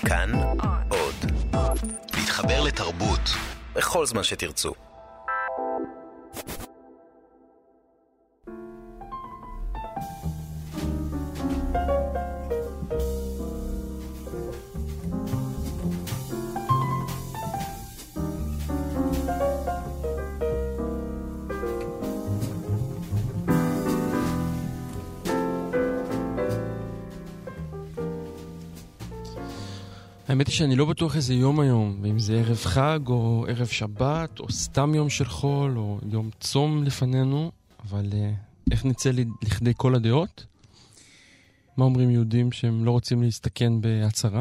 כאן עוד. להתחבר לתרבות בכל זמן שתרצו. האמת היא שאני לא בטוח איזה יום היום, ואם זה ערב חג או ערב שבת או סתם יום של חול או יום צום לפנינו, אבל איך נצא לכדי כל הדעות? מה אומרים יהודים שהם לא רוצים להסתכן בהצהרה?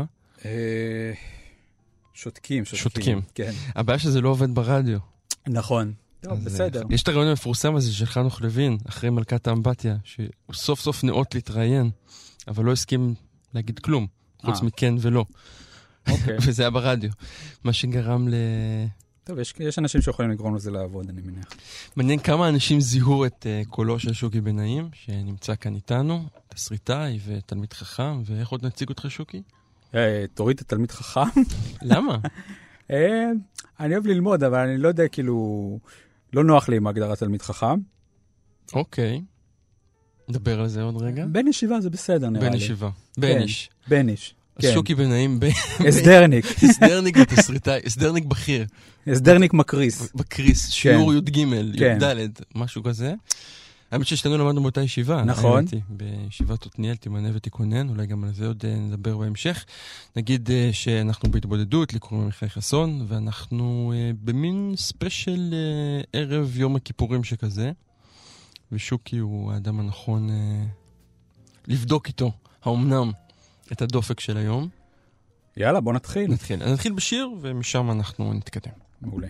שותקים. כן. הבעיה שזה לא עובד ברדיו. נכון. טוב, בסדר. יש את הרעיון המפורסם הזה של חנוך לוין, אחרי מלכת האמבטיה, שהוא סוף סוף נאות להתראיין, אבל לא הסכים להגיד כלום, חוץ מכן ולא. אוקיי. וזה היה ברדיו. מה שגרם טוב, יש אנשים שיכולים לגרום לזה לעבוד, אני מניח. מעניין כמה אנשים זיהו את קולו של שוקי בנעים, שנמצא כאן איתנו, תסריטאי ותלמיד חכם, ואיך עוד נציג אותך, שוקי? תוריד את תלמיד חכם. למה? אני אוהב ללמוד, אבל אני לא יודע, כאילו, לא נוח לי עם הגדרת תלמיד חכם. אוקיי. נדבר על זה עוד רגע. בן ישיבה זה בסדר, נראה לי. בן ישיבה. בניש. בניש. אז שוקי בנעים הסדרניק. הסדרניק ותסריטאי, הסדרניק בכיר. הסדרניק מקריס. בקריס, שיעור י"ג, י"ד, משהו כזה. האמת ששתנו למדנו באותה ישיבה. נכון. בישיבת עתניאל, תימנה ותיכונן, אולי גם על זה עוד נדבר בהמשך. נגיד שאנחנו בהתבודדות, לי קוראים מיכאל חסון, ואנחנו במין ספיישל ערב יום הכיפורים שכזה, ושוקי הוא האדם הנכון לבדוק איתו, האומנם, את הדופק של היום. יאללה, בוא נתחיל. נתחיל בשיר, ומשם אנחנו נתקדם. מעולה.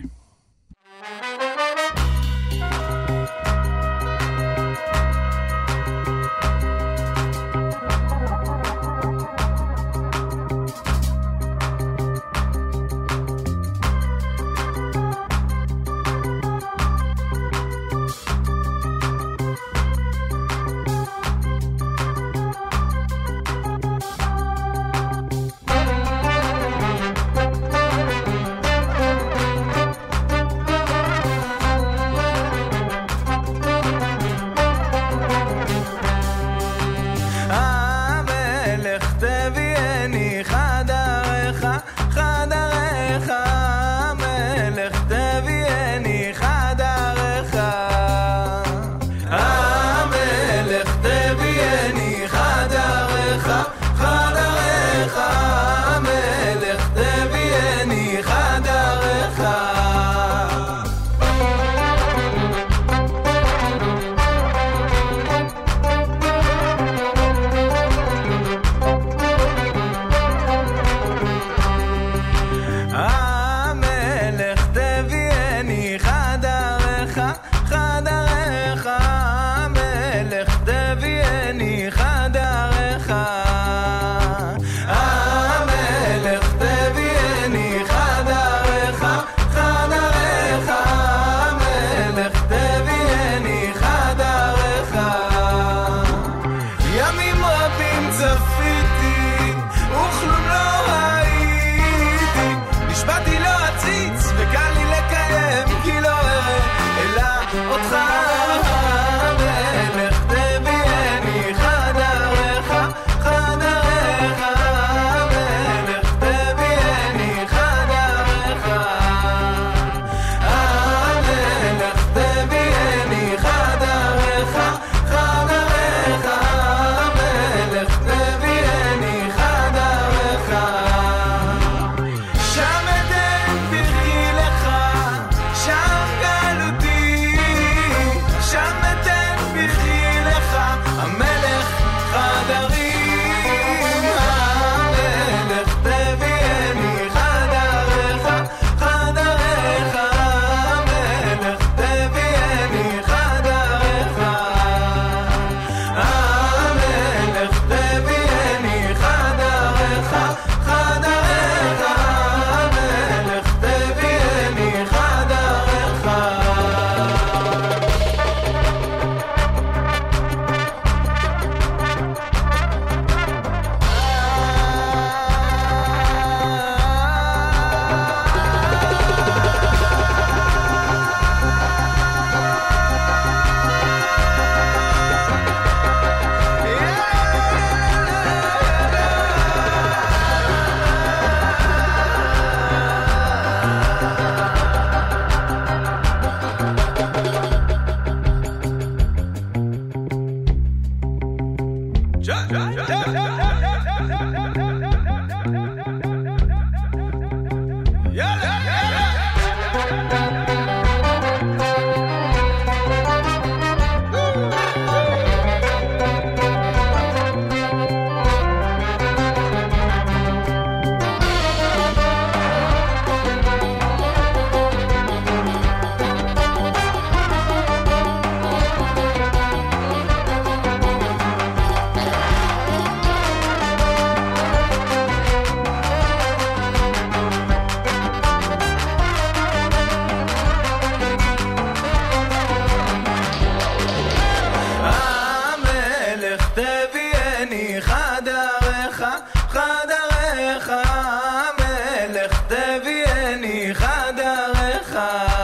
חדריך, חדריך, המלך תביאני חדריך,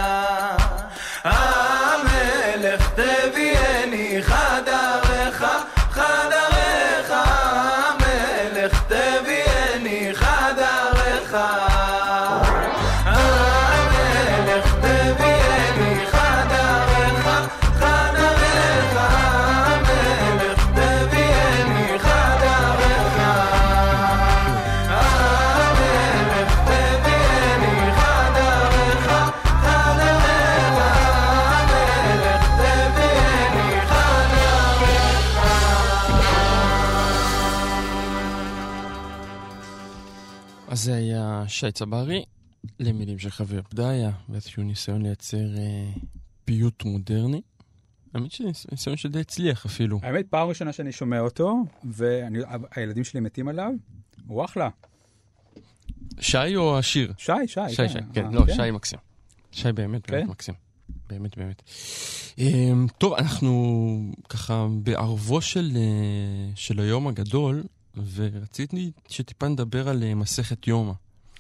המלך תביאני חדריך, חדריך, המלך תביאני חדריך, המלך תביאני חדריך, חדריך, המלך תביאני חדריך, המלך תביאני חדריך, חדריך, המלך תביאני חדריך. אז זה היה שי צברי, למילים של חבר פדאיה, ואיזשהו ניסיון לייצר פיוט מודרני. האמת שניסיון שדי הצליח אפילו. האמת, פעם ראשונה שאני שומע אותו, והילדים שלי מתים עליו, הוא אחלה. שי או השיר? שי, כן, לא, שי מקסים. שי באמת מקסים. באמת. טוב, אנחנו ככה בערבו של היום הגדול, ורציתי שטיפה נדבר על מסכת יומא,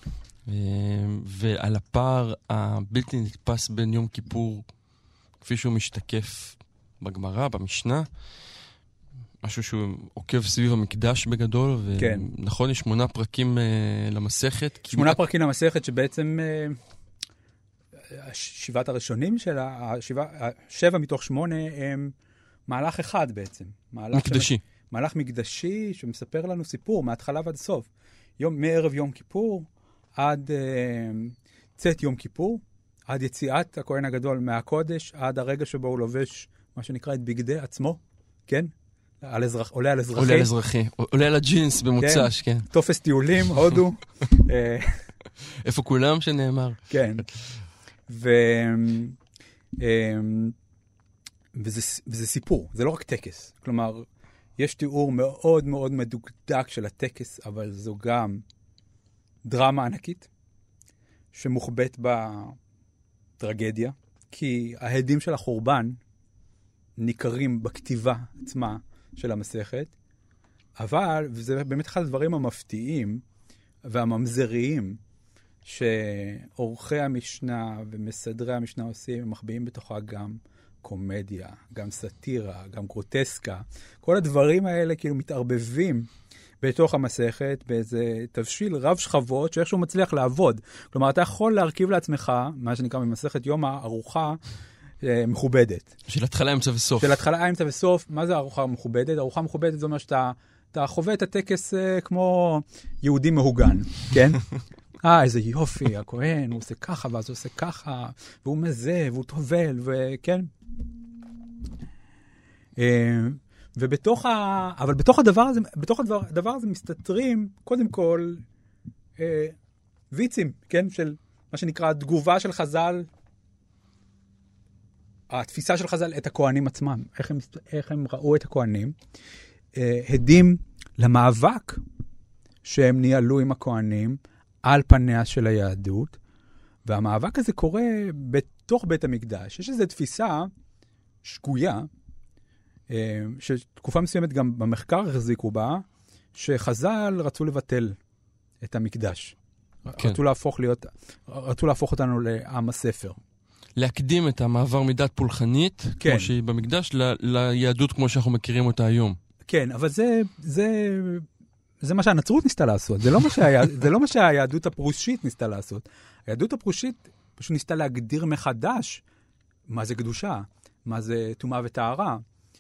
ועל הפער הבלתי נתפס בין יום כיפור, כפי שהוא משתקף בגמרא, במשנה, משהו שהוא עוקב סביב המקדש בגדול, ונכון, יש 8 פרקים למסכת. 8 פרקים למסכת שבעצם 7 הראשונים של 7 מתוך 8 הם מהלך אחד בעצם. מקדשי. מהלך מקדשי שמספר לנו סיפור מההתחלה ועד סוף. מערב יום כיפור עד צאת יום כיפור, עד יציאת הכהן הגדול מהקודש, עד הרגע שבו הוא לובש מה שנקרא את בגדי עצמו, כן? עולה על אזרחי. עולה על הג'ינס במוצש, כן. תופס טיולים, הודו. איפה כולם שנאמר? כן. וזה סיפור, זה לא רק טקס. כלומר, יש תיאור מאוד מאוד מדוקדק של הטקס, אבל זו גם דרמה ענקית שמוחבאת בטרגדיה, כי ההדים של החורבן ניכרים בכתיבה עצמה של המסכת, אבל, וזה באמת אחד הדברים המפתיעים והממזריים שעורכי המשנה ומסדרי המשנה עושים, הם מחביאים בתוכה גם קומדיה, גם סאטירה, גם גרוטסקה. כל הדברים האלה כאילו מתערבבים בתוך המסכת באיזה תבשיל רב שכבות שאיכשהו מצליח לעבוד. כלומר, אתה יכול להרכיב לעצמך, מה שנקרא ממסכת יומא, ארוחה מכובדת. של התחלה, אמצע וסוף. של התחלה, אמצע וסוף. מה זה ארוחה מכובדת? ארוחה מכובדת זה אומר שאתה חווה את הטקס כמו יהודי מהוגן, כן? איזה יופי, הכהן, הוא עושה ככה, ואז הוא עושה ככה, והוא מזה, והוא טובל, וכן. אבל בתוך הדבר הזה מסתתרים, קודם כל, ויצים, כן? של מה שנקרא התגובה של חז"ל, התפיסה של חז"ל את הכהנים עצמם, איך הם ראו את הכהנים, הדים למאבק שהם ניהלו עם הכהנים, על פניה של היהדות, והמאבק הזה קורה בתוך בית המקדש. יש איזו תפיסה שגויה, שתקופה מסוימת גם במחקר החזיקו בה, שחז"ל רצו לבטל את המקדש. כן. רצו להפוך אותנו לעם הספר. להקדים את המעבר מדת פולחנית, כן. כמו שהיא במקדש, ליהדות כמו שאנחנו מכירים אותה היום. כן, אבל זה מה שהנצרות ניסתה לעשות. זה לא מה שהיהדות הפרושית ניסתה לעשות. היהדות הפרושית פשוט ניסתה להגדיר מחדש מה זה קדושה, מה זה טומאה וטהרה.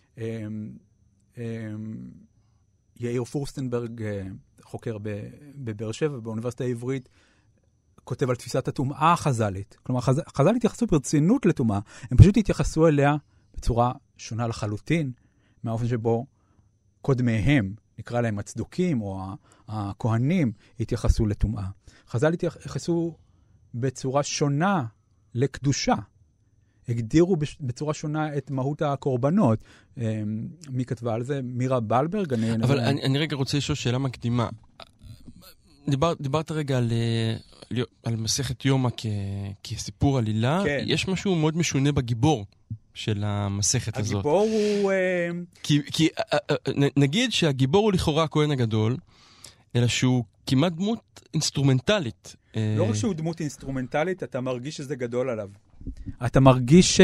יאיר פורסטנברג, חוקר בבאר שבע, באוניברסיטה העברית, כותב על תפיסת הטומאה החז"לית. כלומר, חז"ל התייחסו ברצינות לטומאה. הם פשוט התייחסו אליה בצורה שונה לחלוטין, מהאופן שבו קודמיהם, נקרא להם הצדוקים או הכהנים, התייחסו לטומאה. חז"ל התייחסו בצורה שונה לקדושה. הגדירו בצורה שונה את מהות הקורבנות. מי כתבה על זה? מירה בלברג? אבל אני רגע רוצה לשאול שאלה מקדימה. דיברת רגע על מסכת יומא כסיפור עלילה. כן. יש משהו מאוד משונה בגיבור של המסכת הזאת. הגיבור הוא... כי נגיד שהגיבור הוא לכאורה הכהן הגדול, אלא שהוא כמעט דמות אינסטרומנטלית. לא רק שהוא דמות אינסטרומנטלית, אתה מרגיש שזה גדול עליו. אתה מרגיש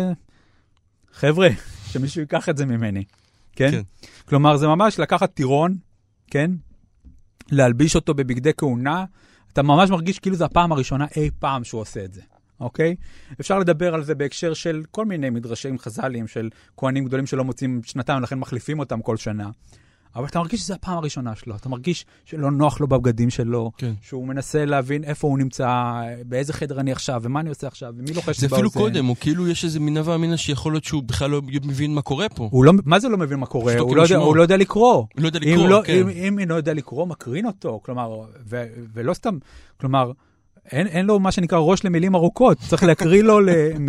חבר'ה, שמישהו ייקח את זה ממני. כן? כן. כלומר, זה ממש לקחת טירון, כן? להלביש אותו בבגדי כהונה, אתה ממש מרגיש כאילו זה הפעם הראשונה אי פעם שהוא עושה את זה. אוקיי? אפשר לדבר על זה בהקשר של כל מיני מדרשים חז"ליים, של כהנים גדולים שלא מוצאים שנתיים, לכן מחליפים אותם כל שנה. אבל אתה מרגיש שזה הפעם הראשונה שלו, אתה מרגיש שלא נוח לו בבגדים שלו, כן. שהוא מנסה להבין איפה הוא נמצא, באיזה חדר אני עכשיו, ומה אני עושה עכשיו, ומי לוחש זה באוזן. אפילו קודם, הוא כאילו יש איזה מינה ואמינה שיכול להיות שהוא בכלל לא מבין מה קורה פה. מה זה לא מבין מה קורה? שתוק הוא לא יודע לקרוא. הוא לא יודע לקרוא, כן. אם לא יודע לקרוא, מקרין אותו, כלומר, ולא סתם, כלומר, אין לו מה שנקרא ראש למילים ארוכות, צריך להקריא לו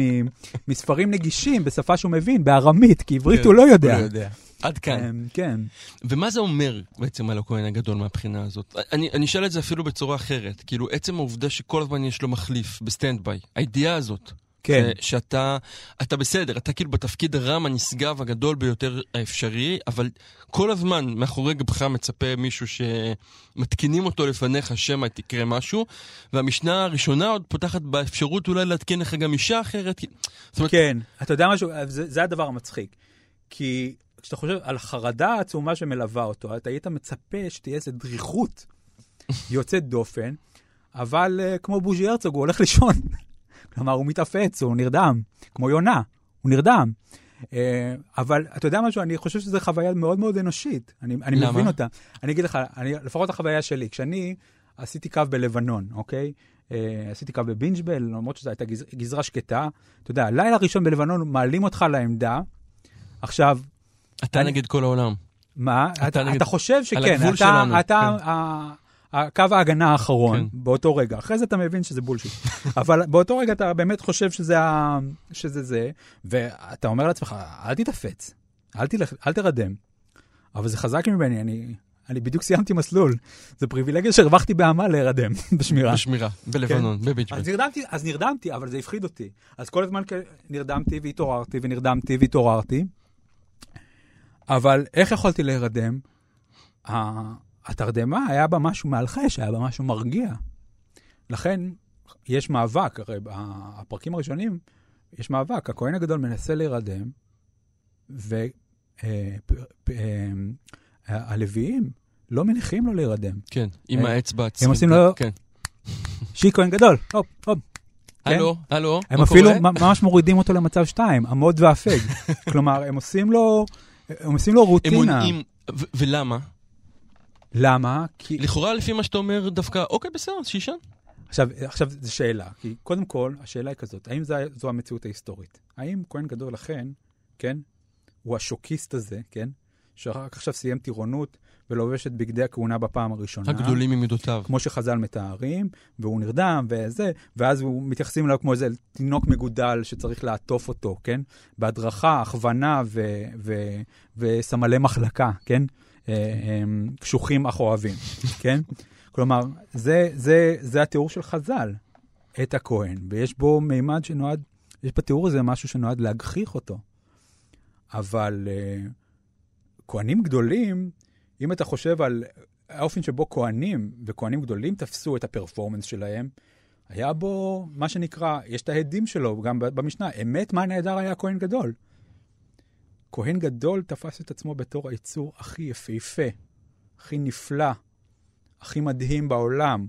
מספרים נגישים בשפה שהוא מבין, בארמית, כי עברית הוא לא יודע. עד כאן. כן. ומה זה אומר בעצם על הכהן הגדול מהבחינה הזאת? אני אשאל את זה אפילו בצורה אחרת. כאילו, עצם העובדה שכל הזמן יש לו מחליף בסטנד ביי, הידיעה הזאת, כן. שאתה בסדר, אתה כאילו בתפקיד הרם הנשגב הגדול ביותר האפשרי, אבל כל הזמן מאחורי גבך מצפה מישהו שמתקינים אותו לפניך שמא תקרה משהו, והמשנה הראשונה עוד פותחת באפשרות אולי להתקין לך גם אישה אחרת. כן, אתה יודע משהו, זה הדבר המצחיק. כי כשאתה חושב על החרדה העצומה שמלווה אותו, אתה היית מצפה שתהיה איזו דריכות יוצאת דופן, אבל כמו בוז'י הרצוג, הוא הולך לישון. כלומר, הוא מתאפץ, הוא נרדם, כמו יונה, הוא נרדם. אבל אתה יודע משהו, אני חושב שזו חוויה מאוד מאוד אנושית. אני מבין אותה. אני אגיד לך, לפחות החוויה שלי, כשאני עשיתי קו בלבנון, אוקיי? עשיתי קו בבינג'בל, למרות שזו הייתה גזרה שקטה. אתה יודע, לילה ראשון בלבנון, מעלים אותך לעמדה. עכשיו... אתה נגד כל העולם. מה? אתה חושב שכן. אתה... הקו ההגנה האחרון, באותו רגע. אחרי זה אתה מבין שזה בולשיט. אבל באותו רגע אתה באמת חושב שזה זה, ואתה אומר לעצמך, אל תתאפץ, אל תרדם. אבל זה חזק ממני, אני בדיוק סיימתי מסלול. זה פריבילגיה שהרווחתי בעמל להירדם, בשמירה. בשמירה, בלבנון, בביג'בל. אז נרדמתי, אבל זה הפחיד אותי. אז כל הזמן נרדמתי והתעוררתי, ונרדמתי והתעוררתי. אבל איך יכולתי להירדם? התרדמה היה בה משהו מאלחש, היה בה משהו מרגיע. לכן יש מאבק, הרי הפרקים הראשונים יש מאבק, הכהן הגדול מנסה להירדם, והלוויים לא מניחים לו להירדם. כן, עם האצבע עצמית. הם עושים לו, שי כהן גדול, הופ, הופ. הלו, הלו, הם אפילו ממש מורידים אותו למצב 2, עמוד ואפג. כלומר, הם עושים לו רוטינה. ולמה? למה? כי... לכאורה לפי מה שאתה אומר דווקא, אוקיי, בסדר, שישן. עכשיו זו שאלה, כי קודם כל, השאלה היא כזאת, האם זו המציאות ההיסטורית? האם כהן גדול לכן, כן, הוא השוקיסט הזה, כן, שרק עכשיו סיים טירונות ולובש את בגדי הכהונה בפעם הראשונה. הגדולים ממידותיו. כמו שחז"ל מתארים, והוא נרדם וזה, ואז הוא מתייחסים אליו כמו איזה תינוק מגודל שצריך לעטוף אותו, כן? בהדרכה, הכוונה וסמלי מחלקה, כן? קשוחים אך אוהבים, כן? כלומר, זה התיאור של חז"ל, את הכהן, ויש בו מימד שנועד, יש בתיאור הזה משהו שנועד להגחיך אותו. אבל כהנים גדולים, אם אתה חושב על האופן שבו כהנים וכהנים גדולים תפסו את הפרפורמנס שלהם, היה בו מה שנקרא, יש את ההדים שלו, גם במשנה, אמת מה נהדר היה כהן גדול. כהן גדול תפס את עצמו בתור היצור הכי יפהפה, הכי נפלא, הכי מדהים בעולם.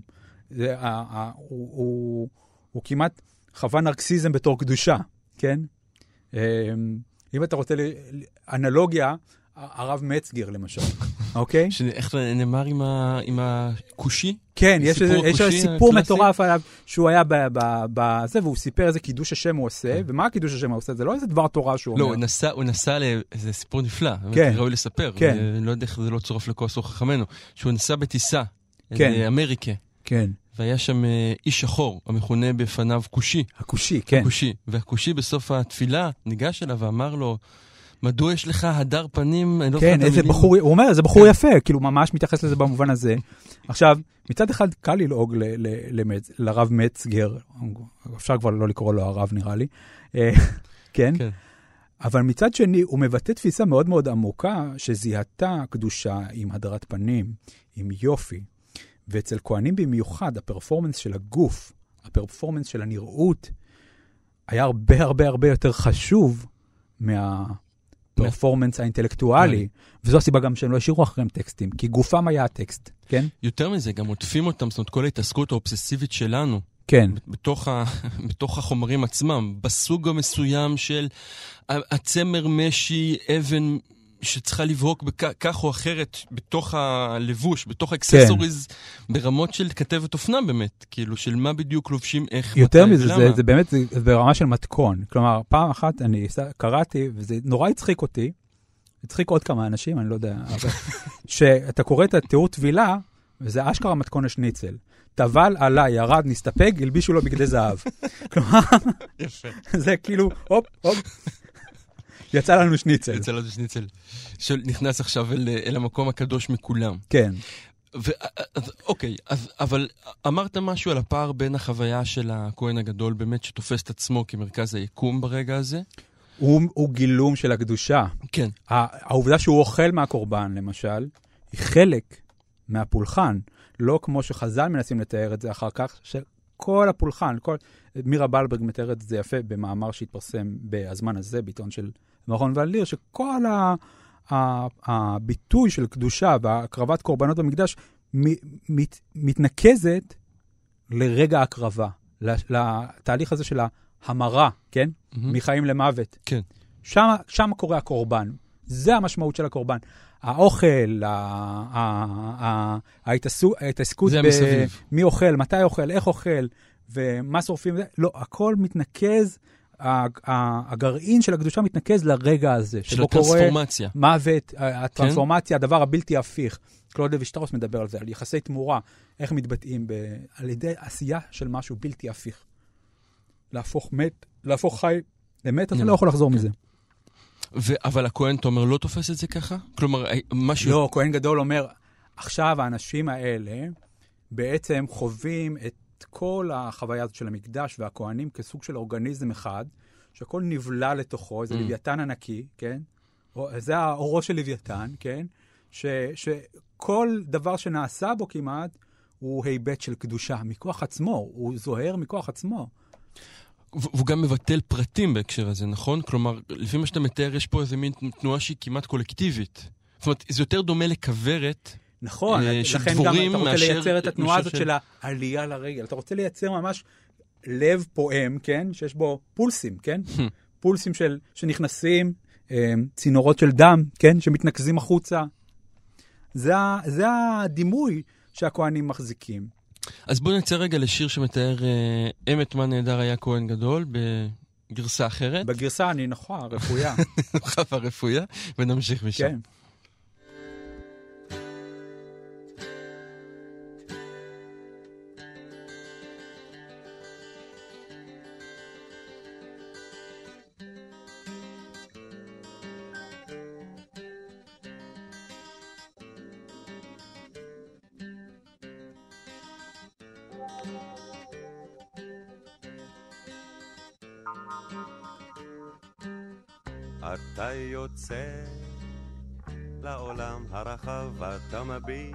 הוא כמעט חווה נרקסיזם בתור קדושה, כן? אם אתה רוצה אנלוגיה, הרב מצגר למשל, אוקיי? איך נאמר עם הקושי? כן, יש סיפור מטורף עליו, שהוא היה בזה, והוא סיפר איזה קידוש השם הוא עושה, ומה הקידוש השם הוא עושה? זה לא איזה דבר תורה שהוא אומר. לא, הוא נסע לאיזה סיפור נפלא, ראוי לספר, אני לא יודע איך זה לא צורף לכוס או חכמנו, שהוא נסע בטיסה, לאמריקה, והיה שם איש שחור, המכונה בפניו קושי. הקושי, כן. והקושי בסוף התפילה ניגש אליו ואמר לו, מדוע יש לך הדר פנים? כן, איזה בחור, הוא אומר, זה בחור יפה, כאילו ממש מתייחס לזה במובן הזה. עכשיו, מצד אחד קל ללעוג לרב מצגר, אפשר כבר לא לקרוא לו הרב נראה לי, כן? אבל מצד שני, הוא מבטא תפיסה מאוד מאוד עמוקה, שזיהתה קדושה עם הדרת פנים, עם יופי. ואצל כהנים במיוחד, הפרפורמנס של הגוף, הפרפורמנס של הנראות, היה הרבה הרבה הרבה יותר חשוב מהפרפורמנס האינטלקטואלי, וזו הסיבה גם שהם לא השאירו אחריהם טקסטים, כי גופם היה הטקסט, כן? יותר מזה, גם עוטפים אותם, זאת אומרת, כל ההתעסקות האובססיבית שלנו, כן. בתוך החומרים עצמם, בסוג המסוים של הצמר משי, אבן שצריכה לבהוק כך או אחרת, בתוך הלבוש, בתוך האקססוריז, ברמות של כתבת אופנה באמת, כאילו של מה בדיוק לובשים, איך, יותר מזה, זה באמת ברמה של מתכון. כלומר, פעם אחת אני קראתי, וזה נורא הצחיק אותי, הצחיק עוד כמה אנשים, אני לא יודע, שאתה קורא את התיאור טבילה, וזה אשכרה מתכון השניצל. טבל, עלה, ירד, נסתפק, הלבישו לו בגדי זהב. כלומר, זה כאילו, הופ, יצא לנו שניצל. יצא לנו שניצל, שנכנס עכשיו אל המקום הקדוש מכולם. כן. אוקיי, אבל אמרת משהו על הפער בין החוויה של הכהן הגדול, באמת שתופס את עצמו כמרכז היקום ברגע הזה? הוא גילום של הקדושה. כן. העובדה שהוא אוכל מהקורבן, למשל, היא חלק מהפולחן. לא כמו שחז"ל מנסים לתאר את זה אחר כך, שכל הפולחן, מירה בלברג מתאר את זה יפה במאמר שהתפרסם בזמן הזה, בעיתון של מכון וליר, שכל הביטוי של קדושה והקרבת קורבנות במקדש מתנקזת לרגע הקרבה, לתהליך הזה של ההמרה, כן? מחיים למוות. כן. שם קורה הקורבן. זה המשמעות של הקורבן. האוכל, ההתעסקות מי אוכל, מתי אוכל, איך אוכל, ומה שורפים, לא, הכל מתנקז, הגרעין של הקדושה מתנקז לרגע הזה. של הטרנספורמציה. מוות, הטרנספורמציה, הדבר הבלתי הפיך. קלוד לוי שטראוס מדבר על זה, על יחסי תמורה, איך מתבטאים על ידי עשייה של משהו בלתי הפיך. להפוך חי למת, אתה לא יכול לחזור מזה. אבל הכהן, אתה אומר, לא תופס את זה ככה? כלומר, משהו... לא, כהן גדול אומר, עכשיו האנשים האלה בעצם חווים את כל החוויה הזאת של המקדש והכהנים כסוג של אורגניזם אחד, שהכל נבלה לתוכו, זה לוויתן ענקי, כן? זה האורו של לוויתן, כן? שכל דבר שנעשה בו כמעט הוא היבט של קדושה, מכוח עצמו, הוא זוהר מכוח עצמו. והוא גם מבטל פרטים בהקשר הזה, נכון? כלומר, לפי מה שאתה מתאר, יש פה איזו מין תנועה שהיא כמעט קולקטיבית. זאת אומרת, זה יותר דומה לכוורת נכון, לכן גם אתה רוצה לייצר את התנועה הזאת של העלייה לרגל. אתה רוצה לייצר ממש לב פועם, כן? שיש בו פולסים, כן? פולסים שנכנסים, צינורות של דם, כן? שמתנקזים החוצה. זה הדימוי שהכהנים מחזיקים. אז בואו נצא רגע לשיר שמתאר אמת מה נהדר היה כהן גדול בגרסה אחרת. בגרסה אני נוחה, רפויה. נוחה והרפויה, ונמשיך משם. כן. אתה יוצא לעולם הרחב, אתה מביט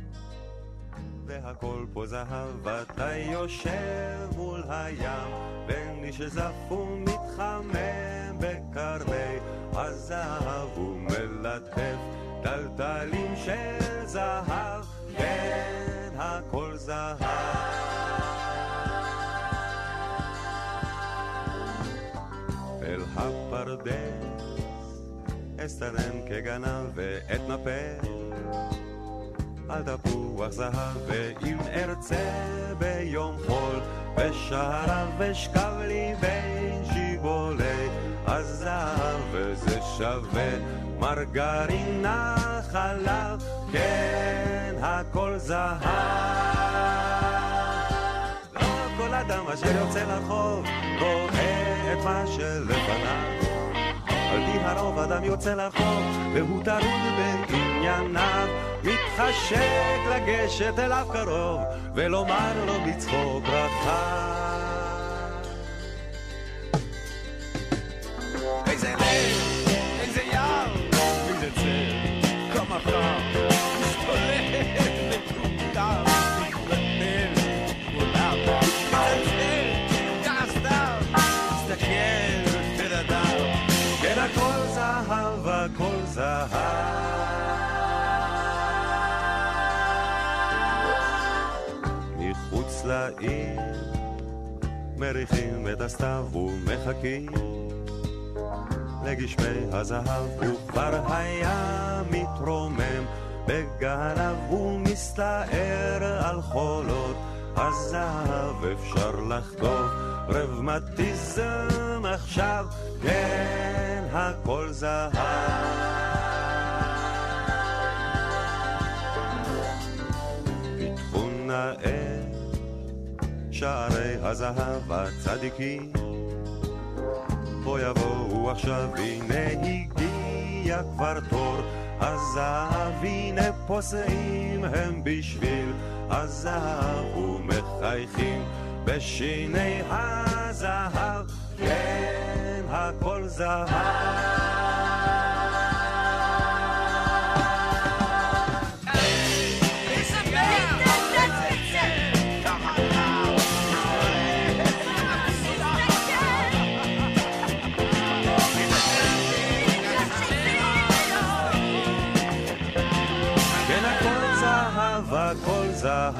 והכל פה זהב, אתה יושב מול הים בני שזף ומתחמם בקרני הזהב ומלטף טלטלים של זהב, כן הכל זהב. אל הפרדס אסתנן כגנב ואת נפה על תפוח זהב, ואם ארצה ביום חול בשערה ושכב לי בין שיבולי הזהב, וזה שווה מרגרינה חלב, כן הכל זהב. לא כל אדם אשר יוצא לרחוב רואה את מה שלפניו, על פי הרוב אדם יוצא לרחוב והוא טרוד בענייניו, מתחשק לגשת אליו קרוב ולומר לו בצחוק רחב. איזה לב, איזה ים, איזה צל, כמה חם, משתולל לעיר, מריחים את הסתיו ומחכים לגשמי הזהב, וכבר היה מתרומם בגליו ומסתער על חולות הזהב. אפשר לחטוף רבמטיזם עכשיו, כן, הכל זהב. פיתחו נאה שערי הזהב הצדיקים, בוא יבואו עכשיו, הנה הגיע כבר תור הזהב, הנה פוסעים הם בשביל הזהב ומחייכים בשיני הזהב, כן, הכל זהב. הכל זהב.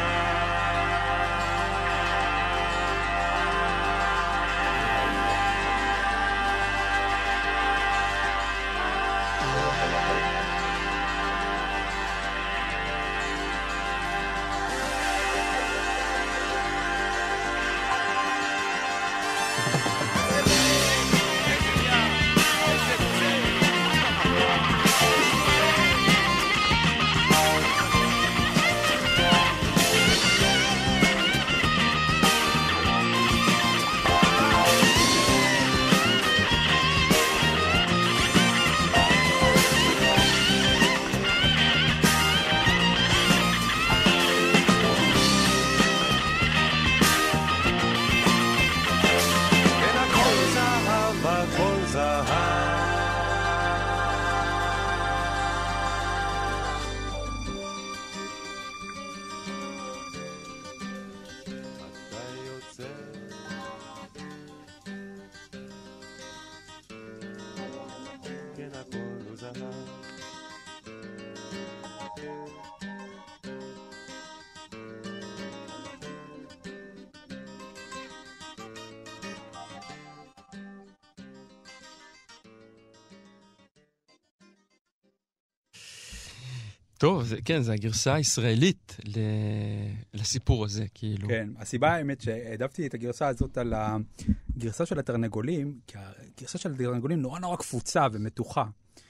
טוב, כן, זה הגרסה הישראלית לסיפור הזה, כאילו. כן, הסיבה האמת שהעדפתי את הגרסה הזאת על הגרסה של התרנגולים, כי הגרסה של התרנגולים נורא נורא קפוצה ומתוחה.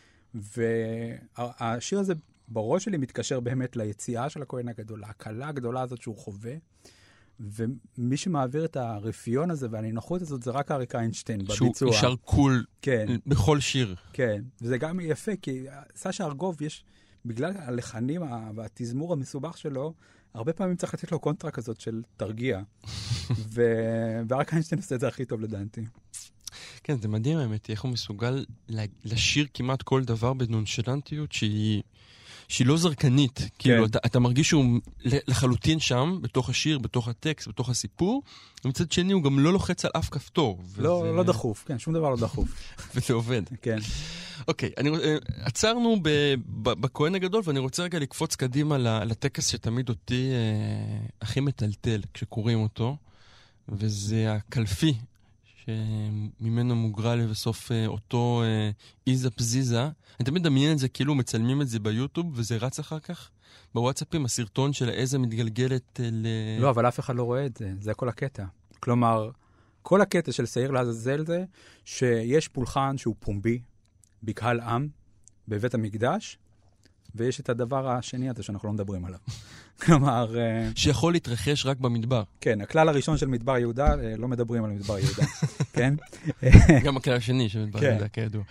והשיר הזה בראש שלי מתקשר באמת ליציאה של הכהן הגדול, להקלה הגדולה הזאת שהוא חווה, ומי שמעביר את הרפיון הזה והנינוחות הזאת זה רק אריק איינשטיין בביצוע. שהוא ישר קול כן. בכל שיר. כן, וזה גם יפה, כי סשה ארגוב יש... בגלל הלחנים והתזמור המסובך שלו, הרבה פעמים צריך לתת לו קונטרה כזאת של תרגיע. ואריק איינשטיין עושה את זה הכי טוב לדעתי. כן, זה מדהים האמת, איך הוא מסוגל לשיר כמעט כל דבר בנונשלנטיות שהיא לא זרקנית. כן. כאילו, אתה מרגיש שהוא לחלוטין שם, בתוך השיר, בתוך הטקסט, בתוך הסיפור, ומצד שני הוא גם לא לוחץ על אף כפתור. לא דחוף, כן, שום דבר לא דחוף. וזה עובד. כן. אוקיי, עצרנו בכהן הגדול, ואני רוצה רגע לקפוץ קדימה לטקס שתמיד אותי הכי מטלטל כשקוראים אותו, וזה הקלפי, שממנו מוגרל לבסוף אותו איזה פזיזה. אני תמיד דמיין את זה כאילו מצלמים את זה ביוטיוב, וזה רץ אחר כך בוואטסאפים, הסרטון של איזה מתגלגלת לא, אבל אף אחד לא רואה את זה, זה כל הקטע. כלומר, כל הקטע של שעיר לעזאזל זה שיש פולחן שהוא פומבי, בקהל עם, בבית המקדש, ויש את הדבר השני הזה שאנחנו לא מדברים עליו. כלומר... שיכול להתרחש רק במדבר. כן, הכלל הראשון של מדבר יהודה, לא מדברים על מדבר יהודה. כן? גם הכלל השני של מדבר יהודה, כידוע.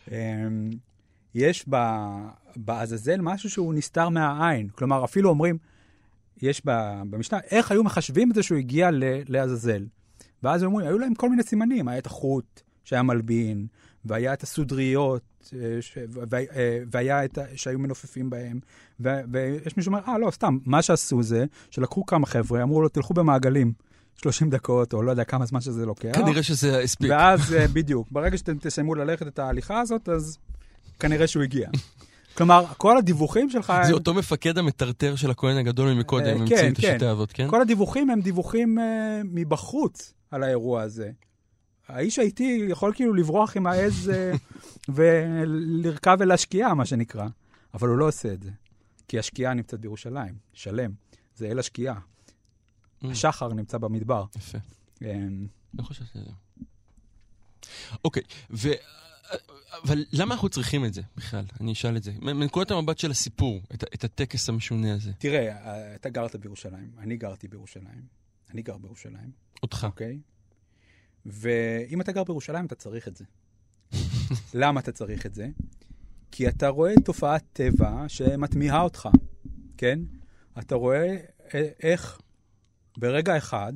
יש בעזאזל משהו שהוא נסתר מהעין. כלומר, אפילו אומרים, יש במשנה, איך היו מחשבים את זה שהוא הגיע לעזאזל? ואז אומרים, היו להם כל מיני סימנים. היה את החוט שהיה מלבין, והיה את הסודריות, והיה את שהיו מנופפים בהם, ויש מישהו אומר, לא, סתם, מה שעשו זה, שלקחו כמה חבר'ה, אמרו לו, תלכו במעגלים, 30 דקות, או לא יודע כמה זמן שזה לוקח. כנראה שזה הספיק. ואז, בדיוק, ברגע שאתם תסיימו ללכת את ההליכה הזאת, אז כנראה שהוא הגיע. כלומר, כל הדיווחים שלך... זה אותו מפקד המטרטר של הכהן הגדול ממקודם, המציא את השיטה הזאת, כן? כל הדיווחים הם דיווחים מבחוץ על האירוע הזה. האיש האיטי יכול כאילו לברוח עם העז ולרכב אל השקיעה, מה שנקרא. אבל הוא לא עושה את זה. כי השקיעה נמצאת בירושלים, שלם. זה אל השקיעה. השחר נמצא במדבר. יפה. לא חושב שזה. אוקיי, אבל למה אנחנו צריכים את זה בכלל? אני אשאל את זה. מנקודת המבט של הסיפור, את הטקס המשונה הזה. תראה, אתה גרת בירושלים, אני גרתי בירושלים. אני גר בירושלים. אותך. אוקיי? ואם אתה גר בירושלים, אתה צריך את זה. למה אתה צריך את זה? כי אתה רואה תופעת טבע שמתמיהה אותך, כן? אתה רואה איך ברגע אחד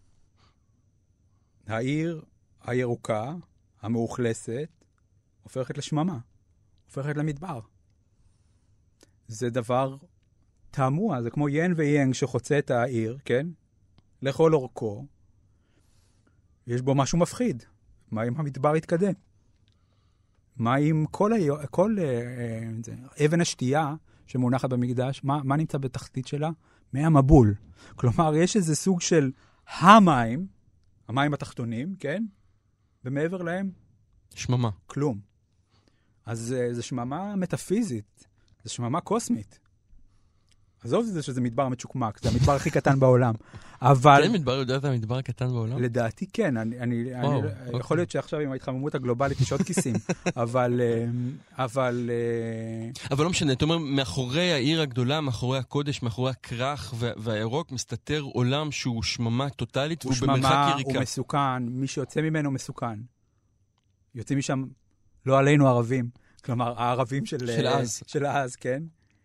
העיר הירוקה, המאוכלסת, הופכת לשממה, הופכת למדבר. זה דבר תעמוע, זה כמו ין ויינג שחוצה את העיר, כן? לכל אורכו. יש בו משהו מפחיד. מה אם המדבר יתקדם? מה אם כל אבן השתייה שמונחת במקדש, מה נמצא בתחתית שלה? מי המבול. כלומר, יש איזה סוג של המים התחתונים, כן? ומעבר להם? שממה. כלום. אז זה שממה מטאפיזית, זה שממה קוסמית. עזוב את זה שזה מדבר מצ'וקמק, זה המדבר הכי קטן בעולם. אבל... כן, מדבר יודע, זה המדבר הקטן בעולם? לדעתי כן, יכול להיות שעכשיו עם ההתחממות הגלובלית יש עוד כיסים, אבל לא משנה, אתה אומר, מאחורי העיר הגדולה, מאחורי הקודש, מאחורי הכרך והירוק, מסתתר עולם שהוא שממה טוטלית, והוא במרחק יריקה. הוא מסוכן, מי שיוצא ממנו מסוכן. יוצאים משם, לא עלינו ערבים, כלומר, הערבים של אז, כן?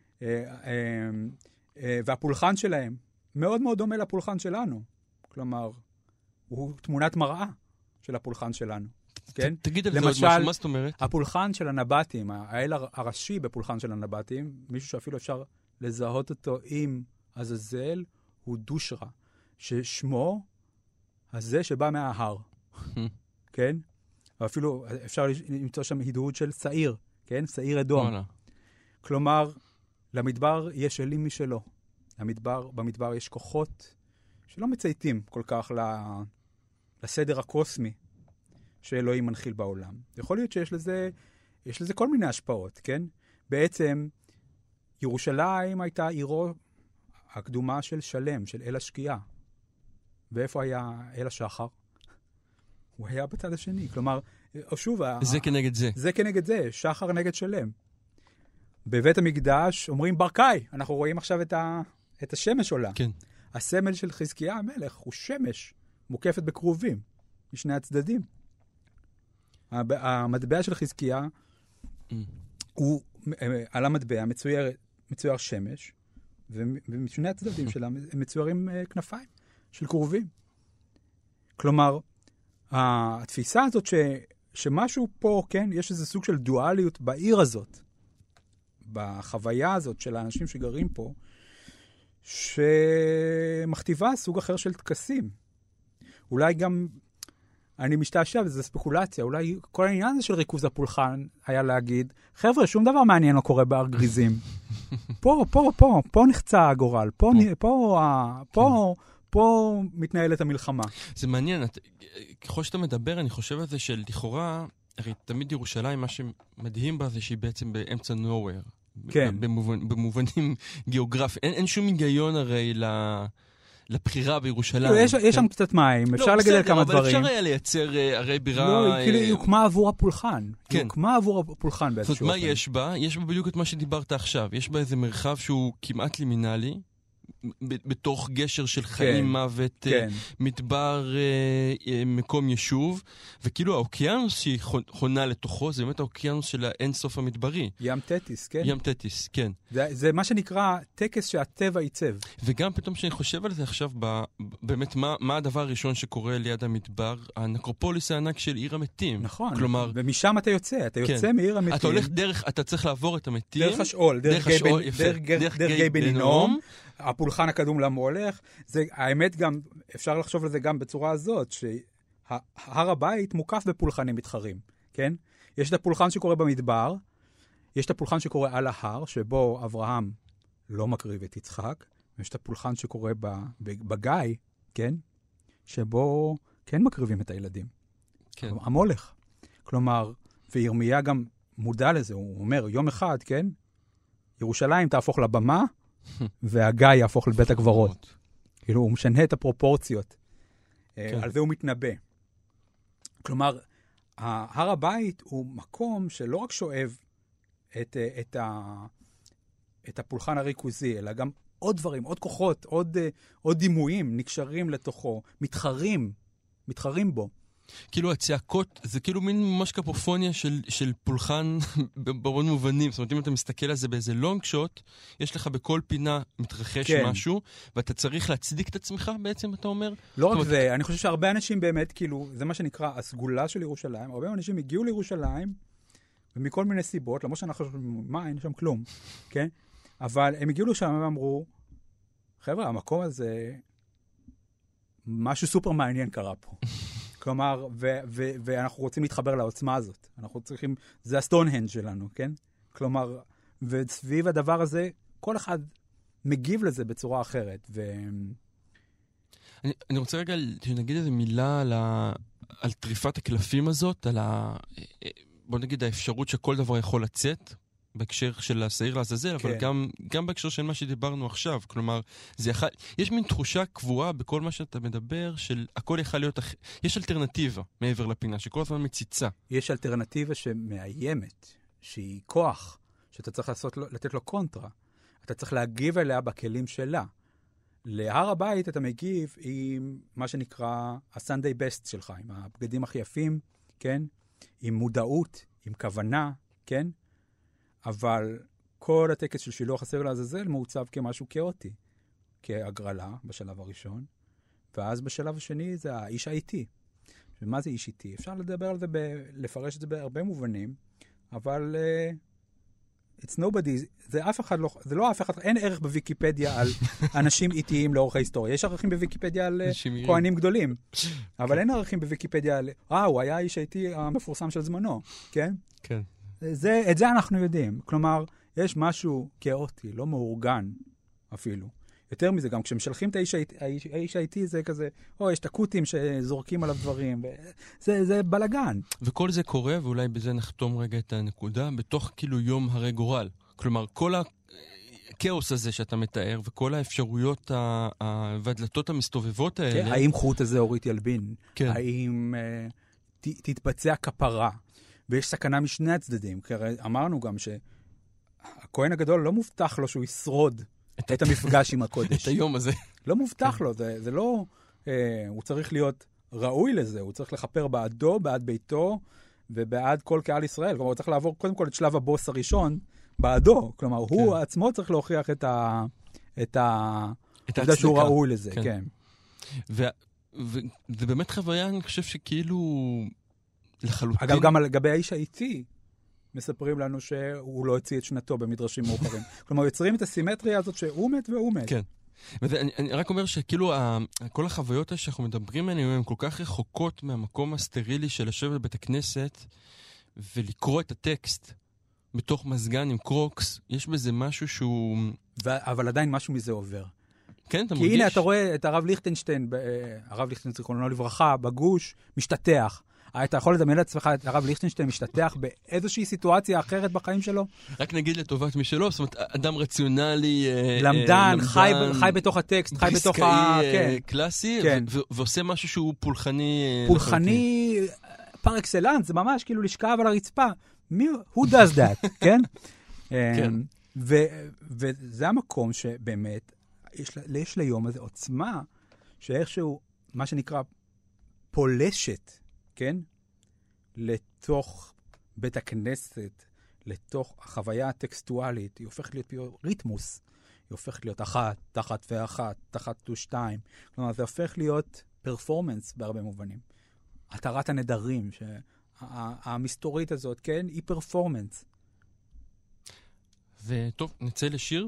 והפולחן שלהם מאוד מאוד דומה לפולחן שלנו. כלומר, הוא תמונת מראה של הפולחן שלנו. כן? תגיד על זה עוד משהו, מה זאת אומרת? הפולחן של הנבטים, האל הראשי בפולחן של הנבטים, מישהו שאפילו אפשר לזהות אותו עם עזאזל, הוא דושרה, ששמו הזה שבא מההר. כן? ואפילו אפשר למצוא שם הדהוד של שעיר, כן? שעיר אדום. כלומר, למדבר יש אלים משלו. במדבר יש כוחות שלא מצייתים כל כך לסדר הקוסמי שאלוהים מנחיל בעולם. יכול להיות שיש לזה כל מיני השפעות, כן? בעצם, ירושלים הייתה עירו הקדומה של שלם, של אל השקיעה. ואיפה היה אל השחר? הוא היה בצד השני. כלומר, שוב... זה כנגד זה. זה כנגד זה, שחר נגד שלם. בבית המקדש אומרים ברקאי, אנחנו רואים עכשיו את השמש עולה. כן. הסמל של חזקיה המלך הוא שמש, מוקפת בכרובים, משני הצדדים. המטבע של חזקיה, הוא, על המטבע מצויר שמש, ומשני הצדדים שלה מצוירים כנפיים של כרובים. כלומר, התפיסה הזאת שמשהו פה, כן, יש איזה סוג של דואליות בעיר הזאת, בחוויה הזאת של האנשים שגרים פה, שמכתיבה סוג אחר של תקסים. אולי גם, אני משתעשע, וזו ספקולציה, אולי כל העניין הזה של ריכוז הפולחן היה להגיד, חבר'ה, שום דבר מעניין לא קורה בהר גריזים. פה נחצה הגורל, פה מתנהלת המלחמה. זה מעניין, ככל שאתה מדבר, אני חושב על זה של לכאורה, הרי תמיד ירושלים, מה שמדהים בה זה שהיא בעצם באמצע nowhere. כן. במובנים גיאוגרפיים. אין שום היגיון הרי לבחירה בירושלים. יש שם קצת מים, אפשר להגיד על כמה דברים. אבל אפשר היה לייצר הרי בירה... לא, היא הוקמה עבור הפולחן. היא הוקמה עבור הפולחן באיזשהו אופן. מה יש בה? יש בה בדיוק את מה שדיברת עכשיו. יש בה איזה מרחב שהוא כמעט לימינלי, בתוך גשר של חיים מוות, מדבר, מקום יישוב, וכאילו האוקיינוס שהיא חונה לתוכו, זה באמת האוקיינוס של האינסוף המדברי. ים תטיס, כן? ים תטיס, כן. זה מה שנקרא טקס שהטבע ייצב. וגם פתאום שאני חושב על זה עכשיו, באמת מה הדבר הראשון שקורה ליד המדבר? הנקרופוליס הענק של עיר המתים. נכון, כלומר, ומשם אתה יוצא, מעיר המתים. אתה הולך אתה צריך לעבור את המתים. דרך השאול, דרך גיא בן הינום. הפולחן הקדום למולך, האמת גם, אפשר לחשוב על זה גם בצורה הזאת, שהר הבית מוקף בפולחנים מתחרים, כן? יש את הפולחן שקורה במדבר, יש את הפולחן שקורה על ההר, שבו אברהם לא מקריב את יצחק, ויש את הפולחן שקורה בגיא, כן? שבו כן מקריבים את הילדים. כן. המולך. כלומר, וירמיה גם מודע לזה, הוא אומר, יום אחד, כן? ירושלים תהפוך לבמה, והגיא יהפוך לבית הגברות. כאילו, הוא משנה את הפרופורציות. על זה הוא מתנבא. כלומר, הר הבית הוא מקום שלא רק שואב את הפולחן הריכוזי, אלא גם עוד דברים, עוד כוחות, עוד דימויים נקשרים לתוכו, מתחרים בו. כאילו הצעקות, זה כאילו מין ממש קפופוניה של פולחן בהרבה מובנים. זאת אומרת, אם אתה מסתכל על זה באיזה לונג שוט, יש לך בכל פינה מתרחש משהו, ואתה צריך להצדיק את עצמך בעצם, אתה אומר? לא רק זה, אני חושב שהרבה אנשים באמת, כאילו, זה מה שנקרא הסגולה של ירושלים. הרבה אנשים הגיעו לירושלים, ומכל מיני סיבות, למרות שאנחנו חושבים, מה, אין שם כלום, כן? אבל הם הגיעו לשם ואמרו, חבר'ה, המקום הזה, משהו סופר מעניין קרה פה. כלומר, ואנחנו רוצים להתחבר לעוצמה הזאת. אנחנו צריכים, זה הסטונהנג' שלנו, כן? כלומר, וסביב הדבר הזה, כל אחד מגיב לזה בצורה אחרת. אני רוצה רגע שנגיד איזו מילה על טריפת הקלפים הזאת, על בוא נגיד האפשרות שכל דבר יכול לצאת, בהקשר של השעיר לעזאזל, אבל גם בהקשר של מה שדיברנו עכשיו. כלומר, יש מין תחושה קבועה בכל מה שאתה מדבר, של הכל יכול להיות, יש אלטרנטיבה מעבר לפינה, שכל הזמן מציצה. יש אלטרנטיבה שמאיימת, שהיא כוח, שאתה צריך לתת לו קונטרה. אתה צריך להגיב אליה בכלים שלה. להר הבית אתה מגיב עם מה שנקרא ה-Sunday best שלך, עם הבגדים הכי יפים, כן? עם מודעות, עם כוונה, כן? אבל כל הטקס של שילוח השעיר לעזאזל מעוצב כמשהו כאוטי, כהגרלה בשלב הראשון, ואז בשלב השני זה האיש האיטי. ומה זה איש איטי? אפשר לדבר על זה, לפרש את זה בהרבה מובנים, אבל it's nobody, זה אף אחד לא, זה לא אף אחד, אין ערך בוויקיפדיה על אנשים איטיים לאורך ההיסטוריה. יש ערכים בוויקיפדיה על כהנים גדולים, אבל אין ערכים בוויקיפדיה על, הוא היה האיש האיטי המפורסם של זמנו, כן? כן. את זה אנחנו יודעים. כלומר, יש משהו כאוטי, לא מאורגן אפילו. יותר מזה, גם כשמשלחים את האיש האיטי, זה כזה, יש את הקוטים שזורקים עליו דברים, זה בלגן. וכל זה קורה, ואולי בזה נחתום רגע את הנקודה, בתוך כאילו יום הרי גורל. כלומר, כל הכאוס הזה שאתה מתאר, וכל האפשרויות והדלתות המסתובבות האלה. כן, האם חוט הזה אורית ילבין? כן. האם תתבצע כפרה? ויש סכנה משני הצדדים, כי אמרנו גם שהכהן הגדול לא מובטח לו שהוא ישרוד את המפגש עם הקודש. את היום הזה. לא מובטח לו, זה לא, הוא צריך להיות ראוי לזה, הוא צריך לחפר בעדו, בעד ביתו, ובעד כל קהל ישראל. כלומר, הוא צריך לעבור קודם כל את שלב הבוס הראשון בעדו. כלומר, הוא עצמו צריך להוכיח את העובדה שהוא ראוי לזה, כן. וזה באמת חוויה, אני חושב שכאילו לחלוטין. אגב, גם לגבי האיש האיטי, מספרים לנו שהוא לא הוציא את שנתו במדרשים מאוחרים. כלומר, יוצרים את הסימטריה הזאת שהוא מת והוא מת. כן. ואני רק אומר שכאילו, כל החוויות שאנחנו מדברים עליהן, הן כל כך רחוקות מהמקום הסטרילי של לשבת בבית הכנסת, ולקרוא את הטקסט בתוך מזגן עם קרוקס, יש בזה משהו שהוא... אבל עדיין משהו מזה עובר. כן, אתה כי מרגיש... הנה, אתה רואה את הרב ליכטנשטיין, זיכרונו לברכה, בגוש, משתתח. אתה יכול לדמיין לעצמך את הרב ליכטנשטיין משתתח באיזושהי סיטואציה אחרת בחיים שלו? רק נגיד לטובת מי שלא, זאת אומרת, אדם רציונלי... למדן, חי בתוך הטקסט, חי בתוך קלאסי, ועושה משהו שהוא פולחני... פולחני פר אקסלנס, זה ממש כאילו לשכב על הרצפה. Who does that, כן? כן. וזה המקום שבאמת, יש ליום הזה עוצמה, שאיכשהו, מה שנקרא, פולשת, כן? לתוך בית הכנסת, לתוך החוויה הטקסטואלית, היא הופכת להיות ריתמוס, היא הופכת להיות תחת ואחת, תחת ושתיים. כלומר, זה הופך להיות פרפורמנס בהרבה מובנים. התרת הנדרים, המסתורית הזאת, כן? היא פרפורמנס. וטוב, נצא לשיר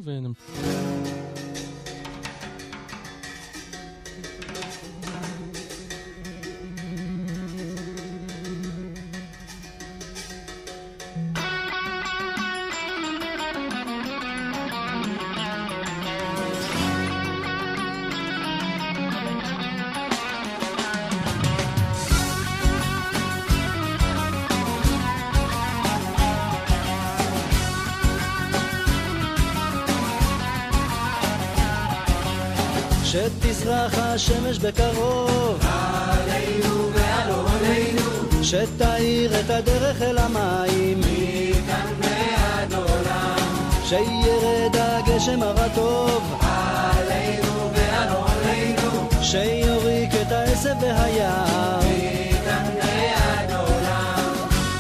שתזרח השמש בקרוב עלינו ועל עולנו, שתאיר את הדרך אל המים מכאן ועד עולם. שירד הגשם הרטוב עלינו ועל עולנו, שיוריק את העשב והיער מכאן ועד עולם.